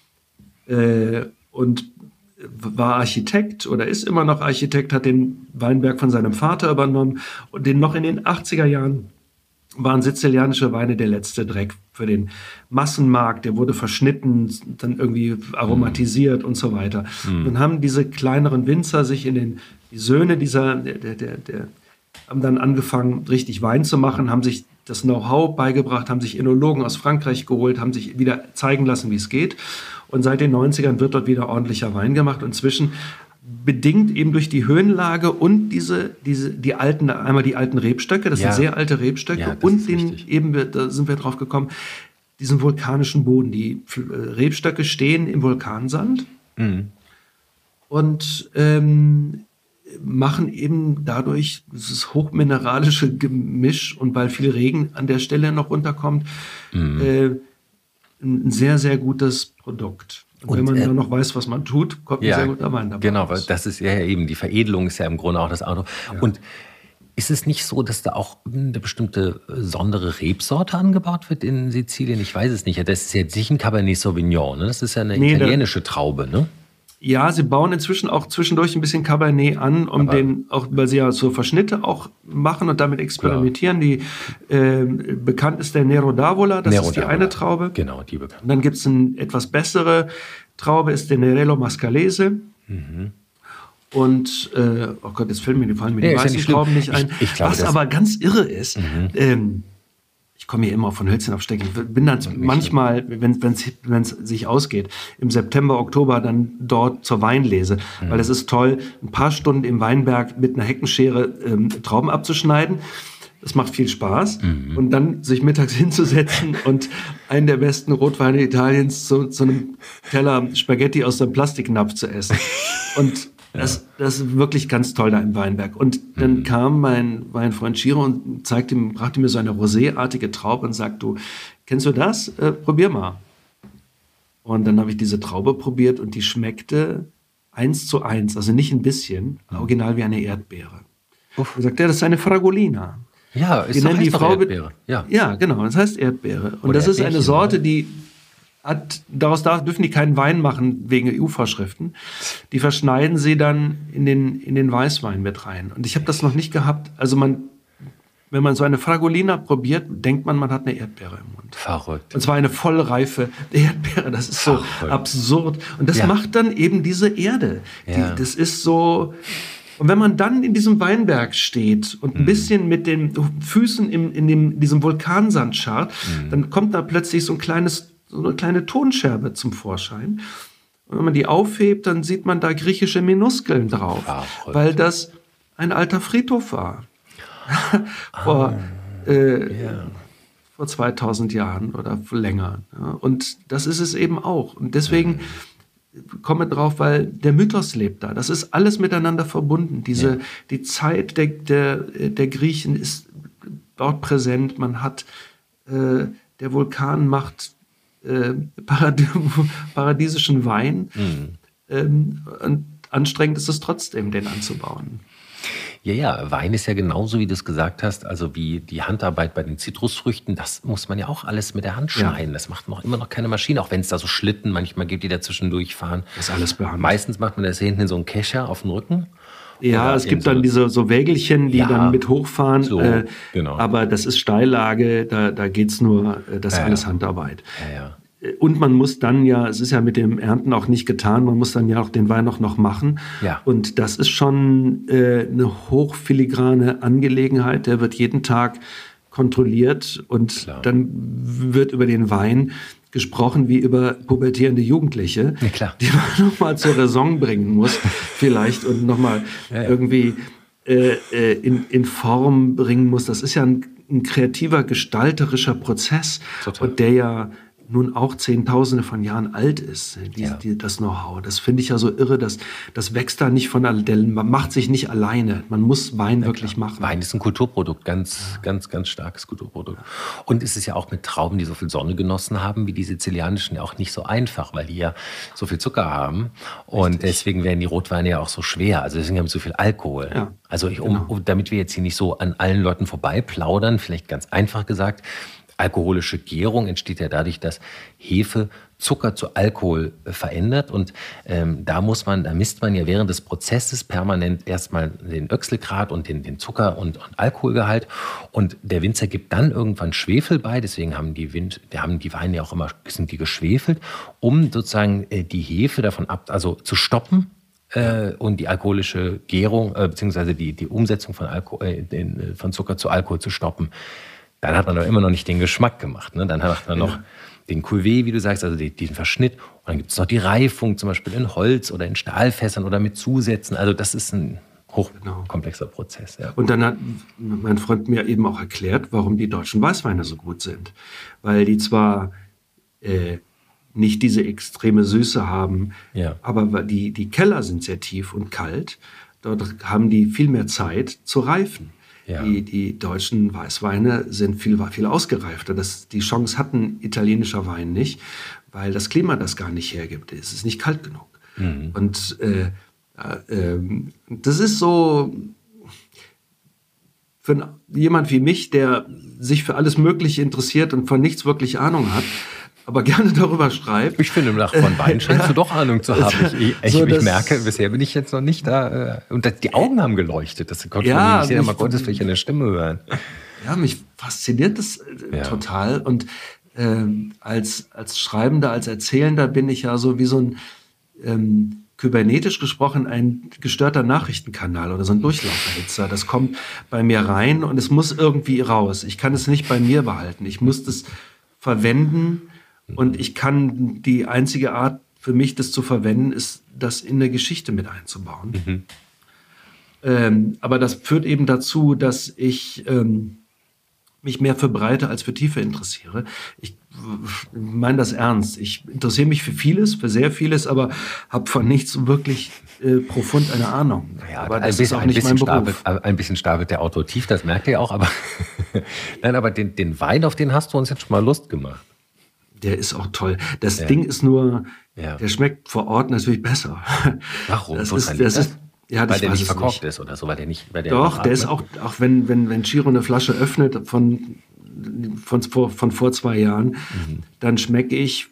äh, und war Architekt oder ist immer noch Architekt, hat den Weinberg von seinem Vater übernommen und den noch in den achtziger Jahren waren sizilianische Weine der letzte Dreck für den Massenmarkt. Der wurde verschnitten, dann irgendwie aromatisiert mhm. und so weiter. Mhm. Dann haben diese kleineren Winzer sich in den, die Söhne dieser, der, der, der, der haben dann angefangen, richtig Wein zu machen, haben sich das Know-how beigebracht, haben sich Önologen aus Frankreich geholt, haben sich wieder zeigen lassen, wie es geht. Und seit den neunzigern wird dort wieder ordentlicher Wein gemacht. Und inzwischen, bedingt eben durch die Höhenlage und diese, diese, die alten, einmal die alten Rebstöcke, das ja. sind sehr alte Rebstöcke, ja, und den, eben, da sind wir drauf gekommen, diesen vulkanischen Boden. Die Rebstöcke stehen im Vulkansand mhm. und ähm, machen eben dadurch dieses hochmineralische Gemisch und weil viel Regen an der Stelle noch runterkommt, mhm. äh, ein sehr, sehr gutes Produkt. Und, und wenn man äh, dann noch weiß, was man tut, kommt ja, ein sehr guter Wein dabei Genau, raus. Weil das ist ja eben, die Veredelung ist ja im Grunde auch das Auto. Ja. Und ist es nicht so, dass da auch eine bestimmte besondere Rebsorte angebaut wird in Sizilien? Ich weiß es nicht. Das ist jetzt nicht ein Cabernet Sauvignon, ne? Das ist ja eine nee, italienische da, Traube, ne? Ja, sie bauen inzwischen auch zwischendurch ein bisschen Cabernet an, um Aber den auch, weil sie ja so Verschnitte auch machen und damit experimentieren. Klar. Die äh, bekannt ist der Nero d'Avola, das Nero ist die d'Avola. Eine Traube. Genau, die bekannt. Und dann gibt es eine etwas bessere Traube, ist der Nerello Mascalese. Mhm. Und, äh, oh Gott, jetzt fallen mir, fallen mir die nee, weißen ja Trauben nicht ein. Ich, ich glaube, was aber ganz irre ist, mhm. ähm, ich komme hier immer von Hölzchen auf Stecken. Ich bin dann manchmal, wenn es sich ausgeht, im September, Oktober dann dort zur Weinlese. Mhm. Weil es ist toll, ein paar Stunden im Weinberg mit einer Heckenschere ähm, Trauben abzuschneiden. Das macht viel Spaß. Mhm. Und dann sich mittags hinzusetzen und einen der besten Rotweine Italiens zu, zu einem Teller Spaghetti aus einem Plastiknapf zu essen. Und Das, das ist wirklich ganz toll da im Weinberg. Und dann mhm. kam mein, mein Freund Giro und zeigte, brachte mir so eine roséartige Traube und sagte, du, kennst du das? Äh, probier mal. Und dann habe ich diese Traube probiert und die schmeckte eins zu eins, also nicht ein bisschen, mhm. original wie eine Erdbeere. Uff. Und sagte, ja, das ist eine Fragolina. Ja, ist die doch die Frau Erdbeere. Ja. ja, genau, das heißt Erdbeere. Und Oder das ist eine Sorte, die hat, daraus darf, dürfen die keinen Wein machen wegen E U-Vorschriften. Die verschneiden sie dann in den, in den Weißwein mit rein. Und ich habe das noch nicht gehabt. Also man, wenn man so eine Fragolina probiert, denkt man, man hat eine Erdbeere im Mund. Verrückt. Und zwar eine vollreife Erdbeere. Das ist so Verrückt. Absurd. Und das ja. macht dann eben diese Erde. Ja. Die, das ist so... Und wenn man dann in diesem Weinberg steht und ein mhm. bisschen mit den Füßen im, in dem, diesem Vulkansand scharrt, mhm. dann kommt da plötzlich so ein kleines, so eine kleine Tonscherbe zum Vorschein. Und wenn man die aufhebt, dann sieht man da griechische Minuskeln drauf, Ach, weil das ein alter Friedhof war. vor, ah, äh, yeah. vor zweitausend Jahren oder länger. Ja. Und das ist es eben auch. Und deswegen... Mhm. komme drauf, weil der Mythos lebt da. Das ist alles miteinander verbunden. Diese, ja. Die Zeit der, der, der Griechen ist dort präsent. Man hat, äh, der Vulkan macht äh, paradi- paradiesischen Wein. Mhm. Ähm, und anstrengend ist es trotzdem, den anzubauen. Ja, ja, Wein ist ja genauso, wie du es gesagt hast, also wie die Handarbeit bei den Zitrusfrüchten, das muss man ja auch alles mit der Hand schneiden. Ja. Das macht noch immer noch keine Maschine, auch wenn es da so Schlitten manchmal gibt, die da zwischendurch fahren. Das ist alles behandelt. Meistens macht man das hinten in so einen Kescher auf dem Rücken. Ja, es gibt so dann diese so Wägelchen, die ja, dann mit hochfahren. So, äh, genau. Aber das ist Steillage, da, da geht es nur, das ist ja, alles Handarbeit. Ja, ja. Und man muss dann ja, es ist ja mit dem Ernten auch nicht getan, man muss dann ja auch den Wein auch noch machen. Ja. Und das ist schon äh, eine hochfiligrane Angelegenheit. Der wird jeden Tag kontrolliert und Klar. dann wird über den Wein gesprochen wie über pubertierende Jugendliche, ja, klar. die man nochmal zur Raison bringen muss vielleicht und nochmal ja, ja. irgendwie äh, in, in Form bringen muss. Das ist ja ein, ein kreativer, gestalterischer Prozess Total. Und der ja nun auch Zehntausende von Jahren alt ist, die, ja. die, das Know-how. Das finde ich ja so irre, dass das wächst da nicht von alleine, man macht sich nicht alleine, man muss Wein ja, wirklich klar. machen. Wein ist ein Kulturprodukt, ganz, ja. ganz, ganz starkes Kulturprodukt. Und es ist ja auch mit Trauben, die so viel Sonne genossen haben, wie die sizilianischen, auch nicht so einfach, weil die ja so viel Zucker haben und Richtig. Deswegen werden die Rotweine ja auch so schwer, also deswegen haben sie so viel Alkohol. Ja. Also ich, um, genau. um, damit wir jetzt hier nicht so an allen Leuten vorbei plaudern, vielleicht ganz einfach gesagt, alkoholische Gärung entsteht ja dadurch, dass Hefe Zucker zu Alkohol äh, verändert. Und ähm, da muss man, da misst man ja während des Prozesses permanent erstmal den Öchselgrad und den, den Zucker- und, und Alkoholgehalt. Und der Winzer gibt dann irgendwann Schwefel bei. Deswegen haben die, Wind, die, haben die Weine ja auch immer sind die geschwefelt, um sozusagen äh, die Hefe davon ab, also zu stoppen. Äh, und die alkoholische Gärung, äh, beziehungsweise die, die Umsetzung von, Alko- äh, den, von Zucker zu Alkohol zu stoppen. Dann hat man aber immer noch nicht den Geschmack gemacht. Ne? Dann hat man noch ja. den Cuvée, wie du sagst, also den, den Verschnitt. Und dann gibt es noch die Reifung, zum Beispiel in Holz oder in Stahlfässern oder mit Zusätzen. Also das ist ein hochkomplexer genau. Prozess. Ja. Und dann hat mein Freund mir eben auch erklärt, warum die deutschen Weißweine so gut sind. Weil die zwar äh, nicht diese extreme Süße haben, ja. aber die, die Keller sind sehr tief und kalt. Dort haben die viel mehr Zeit zu reifen. Ja. Die, die deutschen Weißweine sind viel, viel ausgereifter. Das, die Chance hat ein italienischer Wein nicht, weil das Klima das gar nicht hergibt. Es ist nicht kalt genug. Mhm. Und äh, äh, das ist so für jemand wie mich, der sich für alles Mögliche interessiert und von nichts wirklich Ahnung hat, aber gerne darüber schreibt. Ich finde, nach von Wein scheinst du doch Ahnung zu haben. Ich, ich, so, ich merke, bisher bin ich jetzt noch nicht da. Äh, und das, die Augen haben geleuchtet. Das konnte ja, man nicht sehen, aber Gottes vielleicht an der Stimme hören. Ja, mich fasziniert das äh, ja. total. Und äh, als, als Schreibender, als Erzählender bin ich ja so wie so ein, ähm, kybernetisch gesprochen, ein gestörter Nachrichtenkanal oder so ein Durchlauferhitzer. Das kommt bei mir rein und es muss irgendwie raus. Ich kann es nicht bei mir behalten. Ich muss das verwenden. Und ich kann, die einzige Art für mich, das zu verwenden, ist, das in der Geschichte mit einzubauen. Mhm. Ähm, aber das führt eben dazu, dass ich ähm, mich mehr für Breite als für Tiefe interessiere. Ich meine das ernst. Ich interessiere mich für vieles, für sehr vieles, aber habe von nichts wirklich äh, profund eine Ahnung. Ja, aber das bisschen, ist auch nicht mein Beruf. Stapelt, ein bisschen stapelt der Autor tief, das merkt ihr auch. Aber nein, aber den, den Wein, auf den hast du uns jetzt schon mal Lust gemacht. Der ist auch toll. Das ja. Ding ist nur, ja. der schmeckt vor Ort natürlich besser. Warum? Das ist, das ist, ja, weil der nicht verkorkt nicht. ist oder so, weil der nicht. Weil der Doch, der ist auch, auch wenn, wenn, wenn Ciro eine Flasche öffnet von, von, von, von vor zwei Jahren, mhm. dann schmecke ich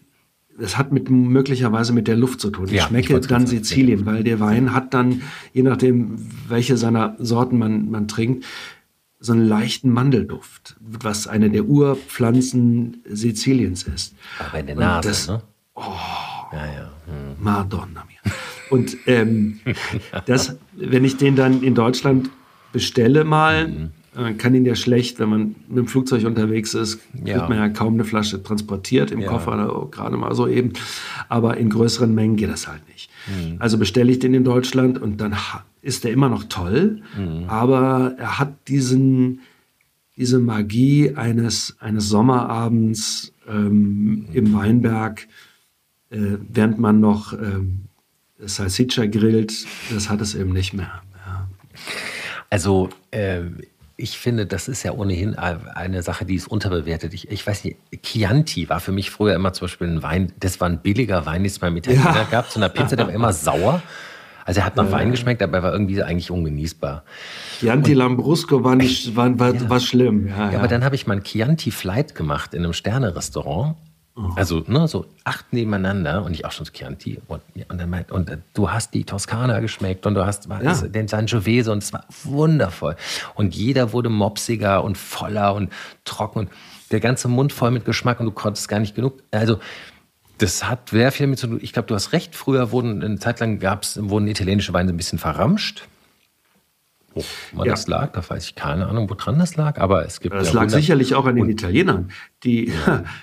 das hat mit, möglicherweise mit der Luft zu tun. Ich Ja, ich schmecke wollt's dann gerade sagen. Sizilien, weil der Wein hat dann, je nachdem, welche seiner Sorten man, man trinkt, so einen leichten Mandelduft, was eine der Urpflanzen Siziliens ist. Aber in der Und Nase, das- ne? Oh. Ja, ja. Hm. Madonna mia. Und ähm, das, wenn ich den dann in Deutschland bestelle mal, Mhm. man kann ihn ja schlecht, wenn man mit dem Flugzeug unterwegs ist, Ja. kriegt man ja kaum eine Flasche transportiert im Ja. Koffer, oder gerade mal so eben. Aber in größeren Mengen geht das halt nicht. Mhm. Also bestelle ich den in Deutschland und dann ha- ist der immer noch toll, Mhm. aber er hat diesen, diese Magie eines, eines Sommerabends ähm, im Weinberg, äh, während man noch ähm, Salsiccia grillt, das hat es eben nicht mehr. Ja. Also, äh, ich finde, das ist ja ohnehin eine Sache, die ist unterbewertet. Ich, ich weiß nicht, Chianti war für mich früher immer zum Beispiel ein Wein, das war ein billiger Wein, den es beim Italiener Ja. gab, zu einer Pizza, der war immer sauer. Also er hat nach Wein geschmeckt, aber er war irgendwie eigentlich ungenießbar. Chianti Lambrusco war, nicht, war, war, war schlimm. Ja, Ja, ja. aber dann habe ich mal ein Chianti Flight gemacht in einem Sterne-Restaurant. Also ne, so acht nebeneinander und ich auch schon so Chianti. Und, und, dann meint, und äh, du hast die Toskana geschmeckt und du hast war, Ja. es- den Sangiovese und es war wundervoll. Und jeder wurde mopsiger und voller und trocken und der ganze Mund voll mit Geschmack und du konntest gar nicht genug. Also das hat sehr viel damit zu tun. Ich glaube, du hast recht. Früher wurden, eine Zeit lang gab's, wurden italienische Weine ein bisschen verramscht. Wo man Ja. das lag, da weiß ich keine Ahnung, woran das lag. Aber es gibt Das ja lag wunder- sicherlich auch an den Italienern. Die,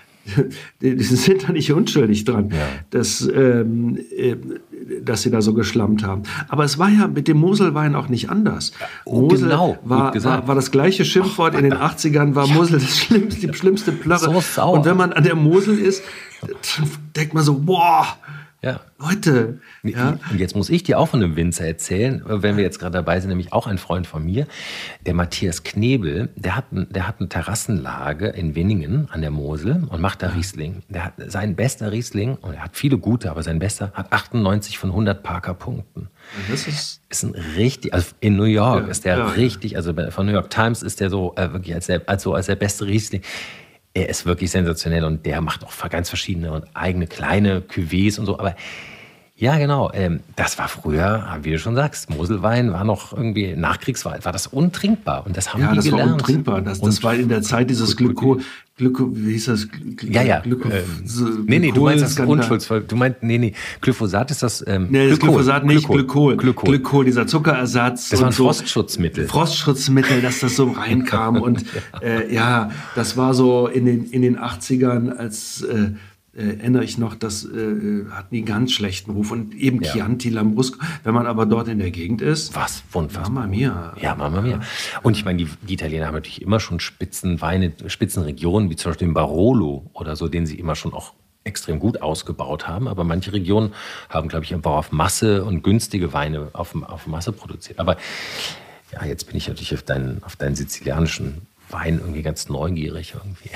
die, die sind da nicht unschuldig dran, Ja. dass, ähm, äh, dass sie da so geschlammt haben. Aber es war ja mit dem Moselwein auch nicht anders. Oh, Mosel genau, gut war, gesagt. war, war das gleiche Schimpfwort. In den achtzigern war Mosel das schlimmste, die schlimmste Plörre. So sauer. Und wenn man an der Mosel ist, dann denkt man so, boah, Ja. Leute. Ja. Und jetzt muss ich dir auch von einem Winzer erzählen, wenn wir jetzt gerade dabei sind, nämlich auch ein Freund von mir, der Matthias Knebel, der hat, ein- der hat eine Terrassenlage in Winningen an der Mosel und macht da Riesling. Der hat sein bester Riesling, und er hat viele gute, aber sein bester hat achtundneunzig von hundert Parker-Punkten. Das ist Ist ein richtig, also in New York Ja, ist der ja. richtig, also bei- von New York Times ist der so äh, wirklich als der, also als der beste Riesling. Er ist wirklich sensationell und der macht auch ganz verschiedene und eigene kleine Cuvées und so. Aber ja, genau, ähm, das war früher, wie du schon sagst, Moselwein war noch irgendwie Nachkriegswein, war das untrinkbar und das haben Ja, die das gelernt. war untrinkbar. Das, das Und- war in der Zeit dieses Glyko, Glyko, wie hieß das? Gly- Ja, ja. Glyko, ähm, so- nee, nee, du meinst das Glykolskandal. Unschuldsvoll. Du meinst, nee, nee, Glyphosat ist das. Ähm, Nee, das Glykol. Glyphosat nicht, Glykol. Glykol. Glykol, dieser Zuckerersatz. Das war ein und so. Frostschutzmittel. Frostschutzmittel, dass das so reinkam. Und äh, ja, das war so in den, in den achtzigern, als äh, äh, erinnere ich noch, das äh, hatten die ganz schlechten Ruf. Und eben Ja. Chianti Lambrusco, wenn man aber dort in der Gegend ist. Was? Unfassbar. Mamma mia. Ja, Mamma mia. Und ich meine, die, die Italiener haben natürlich immer schon Spitzenweine, Spitzenregionen, wie zum Beispiel den Barolo oder so, den sie immer schon auch extrem gut ausgebaut haben. Aber manche Regionen haben, glaube ich, einfach auf Masse und günstige Weine auf, auf Masse produziert. Aber ja, jetzt bin ich natürlich auf deinen, auf deinen sizilianischen Wein irgendwie ganz neugierig irgendwie.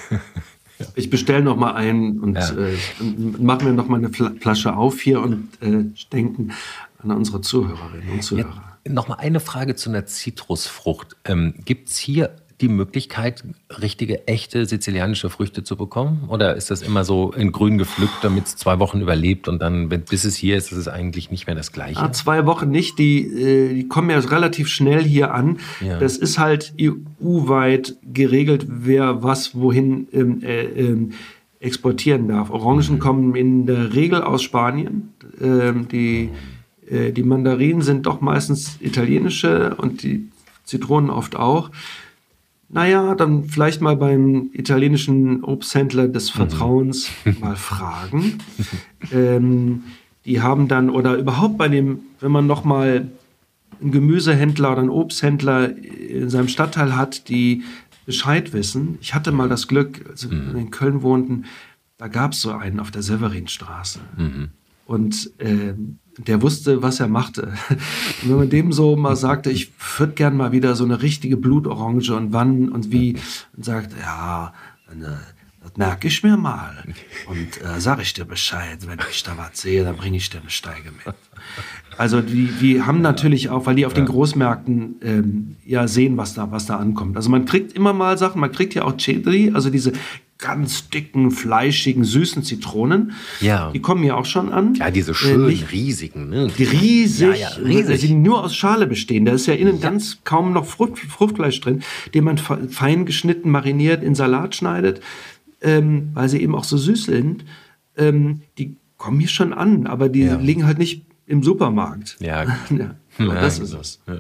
Ich bestelle noch mal einen und Ja. äh, machen wir noch mal eine Fla- Flasche auf hier und äh, denken an unsere Zuhörerinnen und Zuhörer. Noch mal eine Frage zu einer Zitrusfrucht. Ähm, Gibt es hier die Möglichkeit, richtige, echte sizilianische Früchte zu bekommen? Oder ist das immer so in grün gepflückt, damit es zwei Wochen überlebt und dann, wenn- bis es hier ist, ist es eigentlich nicht mehr das Gleiche? Ah, zwei Wochen nicht, die, äh, die kommen ja relativ schnell hier an. Ja. Das ist halt E U-weit geregelt, wer was wohin ähm, äh, ähm, exportieren darf. Orangen Mhm. kommen in der Regel aus Spanien. Ähm, die, äh, die Mandarinen sind doch meistens italienische und die Zitronen oft auch. Naja, dann vielleicht mal beim italienischen Obsthändler des Vertrauens mal fragen. ähm, die haben dann, oder überhaupt bei dem, wenn man noch mal einen Gemüsehändler oder einen Obsthändler in seinem Stadtteil hat, die Bescheid wissen. Ich hatte mal das Glück, als wir in Köln wohnten, da gab es so einen auf der Severinstraße. Und ähm, der wusste, was er machte. Und wenn man dem so mal sagte, ich würde gern mal wieder so eine richtige Blutorange und wann und wie, und sagt, ja, dann, äh, das merke ich mir mal. Und äh, sage ich dir Bescheid, wenn ich da was sehe, dann bringe ich dir eine Steige mit. Also die, die haben natürlich auch, weil die auf den Großmärkten ähm, ja sehen, was da, was da ankommt. Also man kriegt immer mal Sachen, man kriegt ja auch Cedri, also diese ganz dicken, fleischigen, süßen Zitronen. Ja. Die kommen ja auch schon an. Ja, diese schönen, äh, nicht, riesigen. Ne? Die riesig, ja, ja, riesig. Die nur aus Schale bestehen. Da ist ja innen ja. ganz kaum noch Frucht, Fruchtfleisch drin, den man fein geschnitten, mariniert, in Salat schneidet, ähm, weil sie eben auch so süß sind. Ähm, die kommen hier schon an, aber die ja. liegen halt nicht im Supermarkt. Ja, ja. ja das ist es. Ja.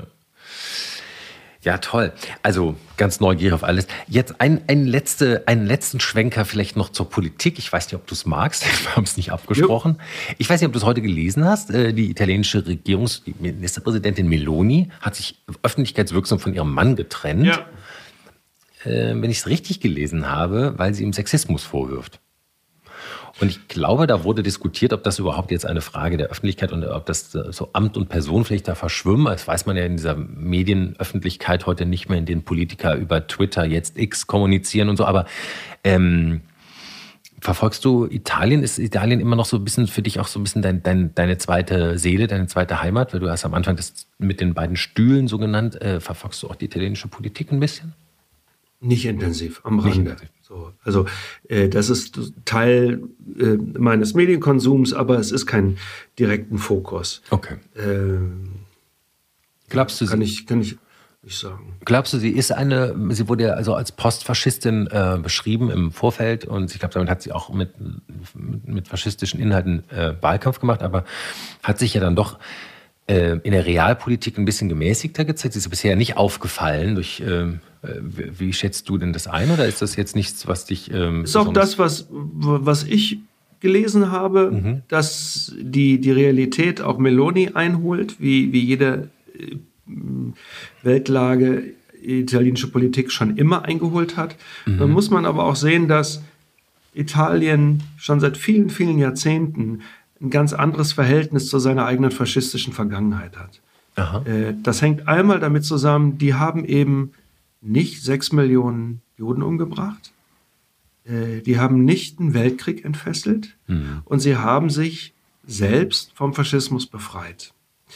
Ja, toll. Also ganz neugierig auf alles. Jetzt ein, ein letzte, einen letzten Schwenker vielleicht noch zur Politik. Ich weiß nicht, ob du es magst. Wir haben es nicht abgesprochen. Jo. Ich weiß nicht, ob du es heute gelesen hast. Die italienische Regierungs-, die Ministerpräsidentin Meloni hat sich öffentlichkeitswirksam von ihrem Mann getrennt. Ja. Äh, wenn ich es richtig gelesen habe, weil sie ihm Sexismus vorwirft. Und ich glaube, da wurde diskutiert, ob das überhaupt jetzt eine Frage der Öffentlichkeit und ob das so Amt und Person vielleicht da verschwimmen. Das weiß man ja in dieser Medienöffentlichkeit heute nicht mehr, in denen Politiker über Twitter, jetzt X, kommunizieren und so. Aber ähm, verfolgst du Italien? Ist Italien immer noch so ein bisschen für dich auch so ein bisschen dein, dein, deine zweite Seele, deine zweite Heimat? Weil du hast am Anfang das mit den beiden Stühlen so genannt. Äh, verfolgst du auch die italienische Politik ein bisschen? Nicht intensiv, am Rande. So, also äh, das ist Teil äh, meines Medienkonsums, aber es ist kein direkten Fokus. Okay. Äh, Glaubst du, kann ich kann ich nicht sagen. Glaubst du, sie ist eine, sie wurde ja also als Postfaschistin äh, beschrieben im Vorfeld und ich glaube, damit hat sie auch mit, mit, mit faschistischen Inhalten äh, Wahlkampf gemacht, aber hat sich ja dann doch äh, in der Realpolitik ein bisschen gemäßigter gezeigt. Sie ist bisher nicht aufgefallen durch äh, Wie schätzt du denn das ein, oder ist das jetzt nichts, was dich... Ähm, ist auch das, was, was ich gelesen habe, mhm. dass die, die Realität auch Meloni einholt, wie, wie jede äh, Weltlage italienische Politik schon immer eingeholt hat. Mhm. Dann muss man aber auch sehen, dass Italien schon seit vielen, vielen Jahrzehnten ein ganz anderes Verhältnis zu seiner eigenen faschistischen Vergangenheit hat. Aha. Äh, das hängt einmal damit zusammen, die haben eben nicht sechs Millionen Juden umgebracht. Äh, die haben nicht einen Weltkrieg entfesselt. Mhm. Und sie haben sich selbst vom Faschismus befreit.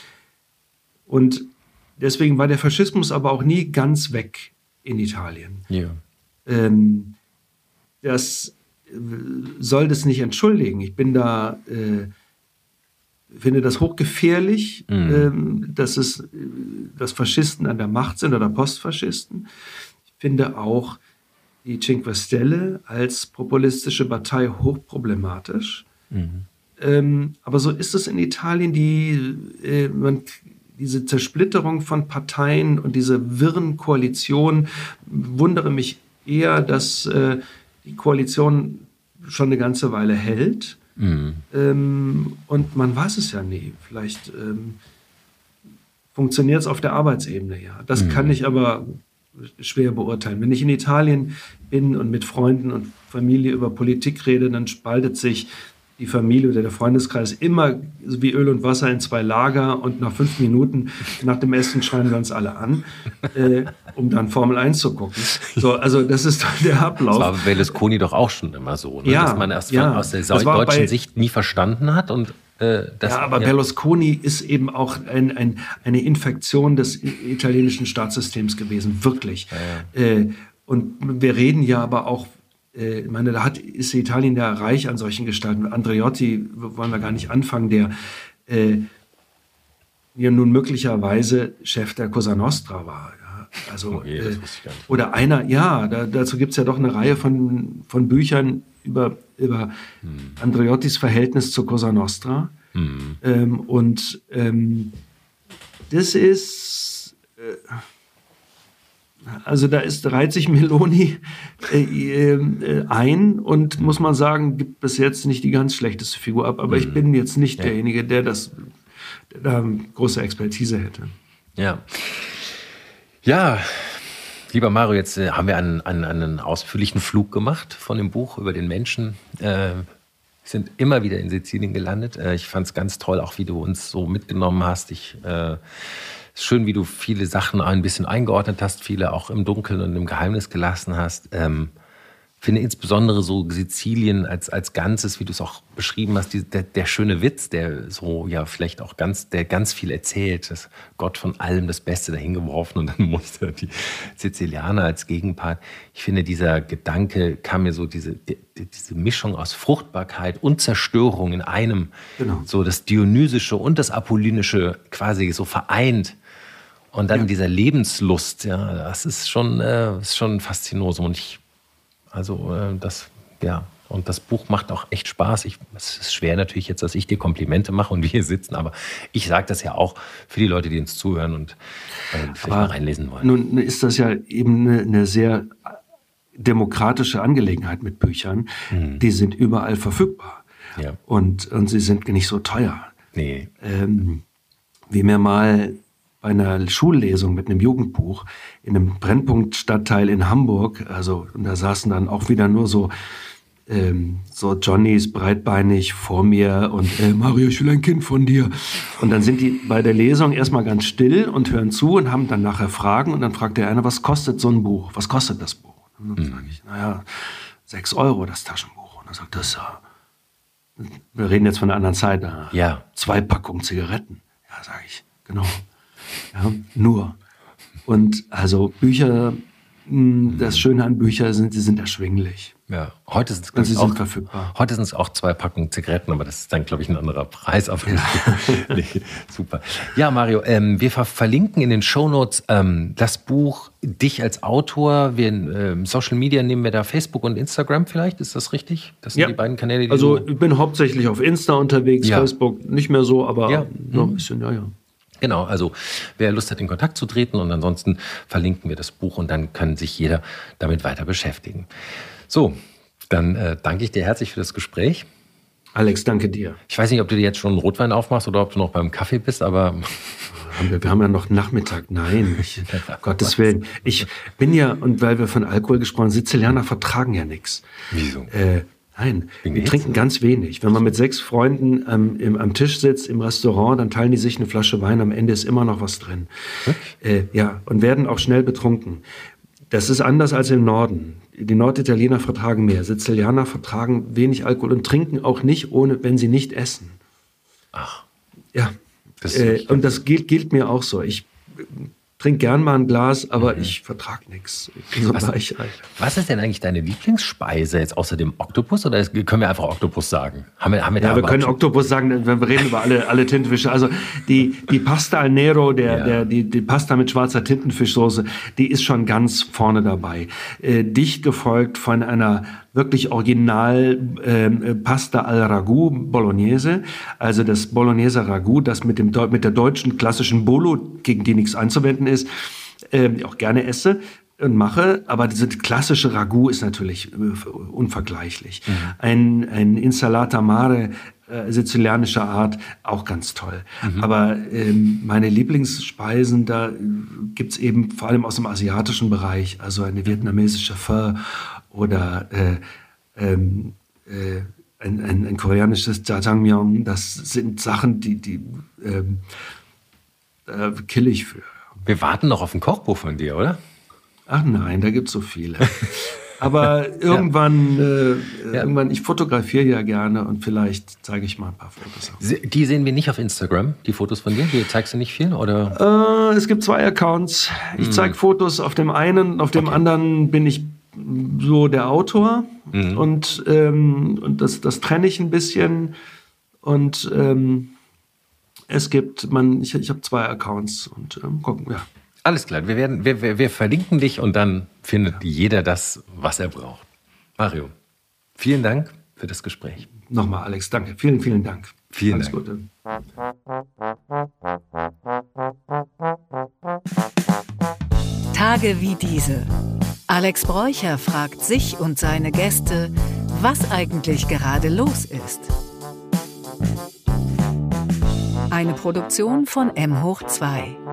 Und deswegen war der Faschismus aber auch nie ganz weg in Italien. Ja. Ähm, das äh, soll das nicht entschuldigen. Ich bin da... Äh, finde das hochgefährlich, mhm. ähm, dass, es, dass Faschisten an der Macht sind oder Postfaschisten. Ich finde auch die Cinque Stelle als populistische Partei hochproblematisch. Mhm. Ähm, aber so ist es in Italien, die, äh, man, diese Zersplitterung von Parteien und diese wirren Koalitionen, wundere mich eher, dass äh, die Koalition schon eine ganze Weile hält. Mhm. Ähm, und man weiß es ja nie. Vielleicht ähm, funktioniert es auf der Arbeitsebene, ja. Das mhm. kann ich aber schwer beurteilen. Wenn ich in Italien bin und mit Freunden und Familie über Politik rede, dann spaltet sich die Familie oder der Freundeskreis immer wie Öl und Wasser in zwei Lager und nach fünf Minuten nach dem Essen schreien wir uns alle an, äh, um dann Formel eins zu gucken. So, also das ist der Ablauf. Das war bei Berlusconi doch auch schon immer so, ne? Ja, dass man erst ja. aus der deutschen bei, Sicht nie verstanden hat. Und, äh, das, ja, aber ja. Berlusconi ist eben auch ein, ein, eine Infektion des italienischen Staatssystems gewesen, wirklich. Ja, ja. Äh, und wir reden ja aber auch, ich meine, da hat, ist Italien ja reich an solchen Gestalten. Andreotti wollen wir gar nicht anfangen, der äh, ja nun möglicherweise Chef der Cosa Nostra war. Ja. Also, okay, das wusste ich gar nicht. Oder einer, ja, da, dazu gibt es ja doch eine Reihe von, von Büchern über, über hm. Andreottis Verhältnis zur Cosa Nostra. Hm. Ähm, und ähm, das ist... Äh, Also da ist, reiht sich Meloni äh, äh, ein und muss man sagen, gibt bis jetzt nicht die ganz schlechteste Figur ab. Aber mhm. ich bin jetzt nicht ja. derjenige, der das der da große Expertise hätte. Ja. Ja, lieber Mario, jetzt äh, haben wir einen, einen, einen ausführlichen Flug gemacht von dem Buch über den Menschen. Äh, sind immer wieder in Sizilien gelandet. Äh, ich fand es ganz toll, auch wie du uns so mitgenommen hast. Ich äh, Schön, wie du viele Sachen ein bisschen eingeordnet hast, viele auch im Dunkeln und im Geheimnis gelassen hast. Ähm, finde insbesondere so Sizilien als, als Ganzes, wie du es auch beschrieben hast, die, der, der schöne Witz, der so ja vielleicht auch ganz, der ganz viel erzählt, dass Gott von allem das Beste dahingeworfen und dann musste die Sizilianer als Gegenpart. Ich finde, dieser Gedanke kam mir so, diese, die, diese Mischung aus Fruchtbarkeit und Zerstörung in einem, genau. So das Dionysische und das Apollinische quasi so vereint. Und dann ja. dieser Lebenslust, ja, das ist schon, äh, ist schon ein Faszinosum. Und ich Also äh, das, ja, und das Buch macht auch echt Spaß. Ich, es ist schwer natürlich jetzt, dass ich dir Komplimente mache und wir hier sitzen, aber ich sage das ja auch für die Leute, die uns zuhören und äh, vielleicht mal reinlesen wollen. Nun ist das ja eben eine, eine sehr demokratische Angelegenheit mit Büchern. Mhm. Die sind überall verfügbar. Ja. Und, und sie sind nicht so teuer. Nee. Ähm, wie mir mal bei einer Schullesung mit einem Jugendbuch in einem Brennpunktstadtteil in Hamburg, also und da saßen dann auch wieder nur so ähm, so Johnnies breitbeinig vor mir und äh, Mario, ich will ein Kind von dir. Und dann sind die bei der Lesung erstmal ganz still und hören zu und haben dann nachher Fragen und dann fragt der eine, was kostet so ein Buch? Was kostet das Buch? Und dann mhm. sage ich, naja, sechs Euro das Taschenbuch. Und dann sagt das ja, wir reden jetzt von einer anderen Zeit, ja. zwei Packungen Zigaretten. Ja, sage ich, genau. Ja, nur. Und also Bücher, mh, das Schöne an Büchern sind, sie sind erschwinglich. Ja, heute sind es auch, verfügbar. Heute sind es auch zwei Packungen Zigaretten, aber das ist dann, glaube ich, ein anderer Preis. Aber ja. nee, super. Ja, Mario, ähm, wir ver- verlinken in den Shownotes ähm, das Buch, dich als Autor. Wir, ähm, Social Media nehmen wir da Facebook und Instagram vielleicht, ist das richtig? Das sind ja. die beiden Kanäle, die Also du... ich bin hauptsächlich auf Insta unterwegs, ja. Facebook nicht mehr so, aber ja. noch ein bisschen, ja, ja. Genau, also wer Lust hat, in Kontakt zu treten und ansonsten verlinken wir das Buch und dann kann sich jeder damit weiter beschäftigen. So, dann äh, danke ich dir herzlich für das Gespräch. Alex, danke dir. Ich weiß nicht, ob du dir jetzt schon einen Rotwein aufmachst oder ob du noch beim Kaffee bist, aber... Wir, wir haben ja noch Nachmittag. Nein, ich, um Gottes Willen. Ich bin ja, und weil wir von Alkohol gesprochen haben, Sizilianer vertragen ja nichts. Wieso? Äh, Nein, wir trinken ganz wenig. Wenn man mit sechs Freunden ähm, im, am Tisch sitzt im Restaurant, dann teilen die sich eine Flasche Wein, am Ende ist immer noch was drin. Äh, ja, und werden auch schnell betrunken. Das ist anders als im Norden. Die Norditaliener vertragen mehr. Sizilianer vertragen wenig Alkohol und trinken auch nicht, ohne, wenn sie nicht essen. Ach. Ja. Das äh, und das gilt, gilt mir auch so. Ich trinke gern mal ein Glas, aber mhm. ich vertrage nichts. So was, was ist denn eigentlich deine Lieblingsspeise jetzt außer dem Oktopus? Oder können wir einfach Oktopus sagen? Haben wir, haben wir, ja, wir können Oktopus sagen, wir reden über alle, alle Tintenfische. Also die, die Pasta al Nero, der, ja. der, die, die Pasta mit schwarzer Tintenfischsoße, die ist schon ganz vorne dabei. Äh, dicht gefolgt von einer wirklich original äh, Pasta al Ragù Bolognese, also das Bolognese Ragù, das mit, dem, mit der deutschen klassischen Bolo, gegen die nichts einzuwenden ist, äh, auch gerne esse und mache, aber diese klassische Ragù ist natürlich äh, unvergleichlich. Mhm. Ein, ein Insalata Mare äh, sizilianischer Art, auch ganz toll. Mhm. Aber ähm, meine Lieblingsspeisen, da äh, gibt's eben vor allem aus dem asiatischen Bereich, also eine vietnamesische Pho oder äh, ähm, äh, ein, ein, ein koreanisches Jjajangmyeon. Das sind Sachen, die, die ähm, äh, kill ich für. Wir warten noch auf ein Kochbuch von dir, oder? Ach nein, da gibt's so viele. Aber irgendwann, ja. Äh, ja. irgendwann, ich fotografiere ja gerne und vielleicht zeige ich mal ein paar Fotos. Die sehen wir nicht auf Instagram, die Fotos von dir? Die zeigst du nicht viel, oder? Äh, es gibt zwei Accounts. Ich hm. zeige Fotos auf dem einen, auf dem okay. anderen bin ich so der Autor mhm. und, ähm, und das, das trenne ich ein bisschen und ähm, es gibt, man, ich, ich habe zwei Accounts und ähm, gucken, ja. Alles klar, wir, werden, wir, wir, wir verlinken dich und dann findet ja. jeder das, was er braucht. Mario, vielen Dank für das Gespräch. Nochmal, Alex, danke. Vielen, vielen Dank. Vielen Alles Dank. Gute. Tage wie diese. Alex Bräucher fragt sich und seine Gäste, was eigentlich gerade los ist. Eine Produktion von M hoch zwei.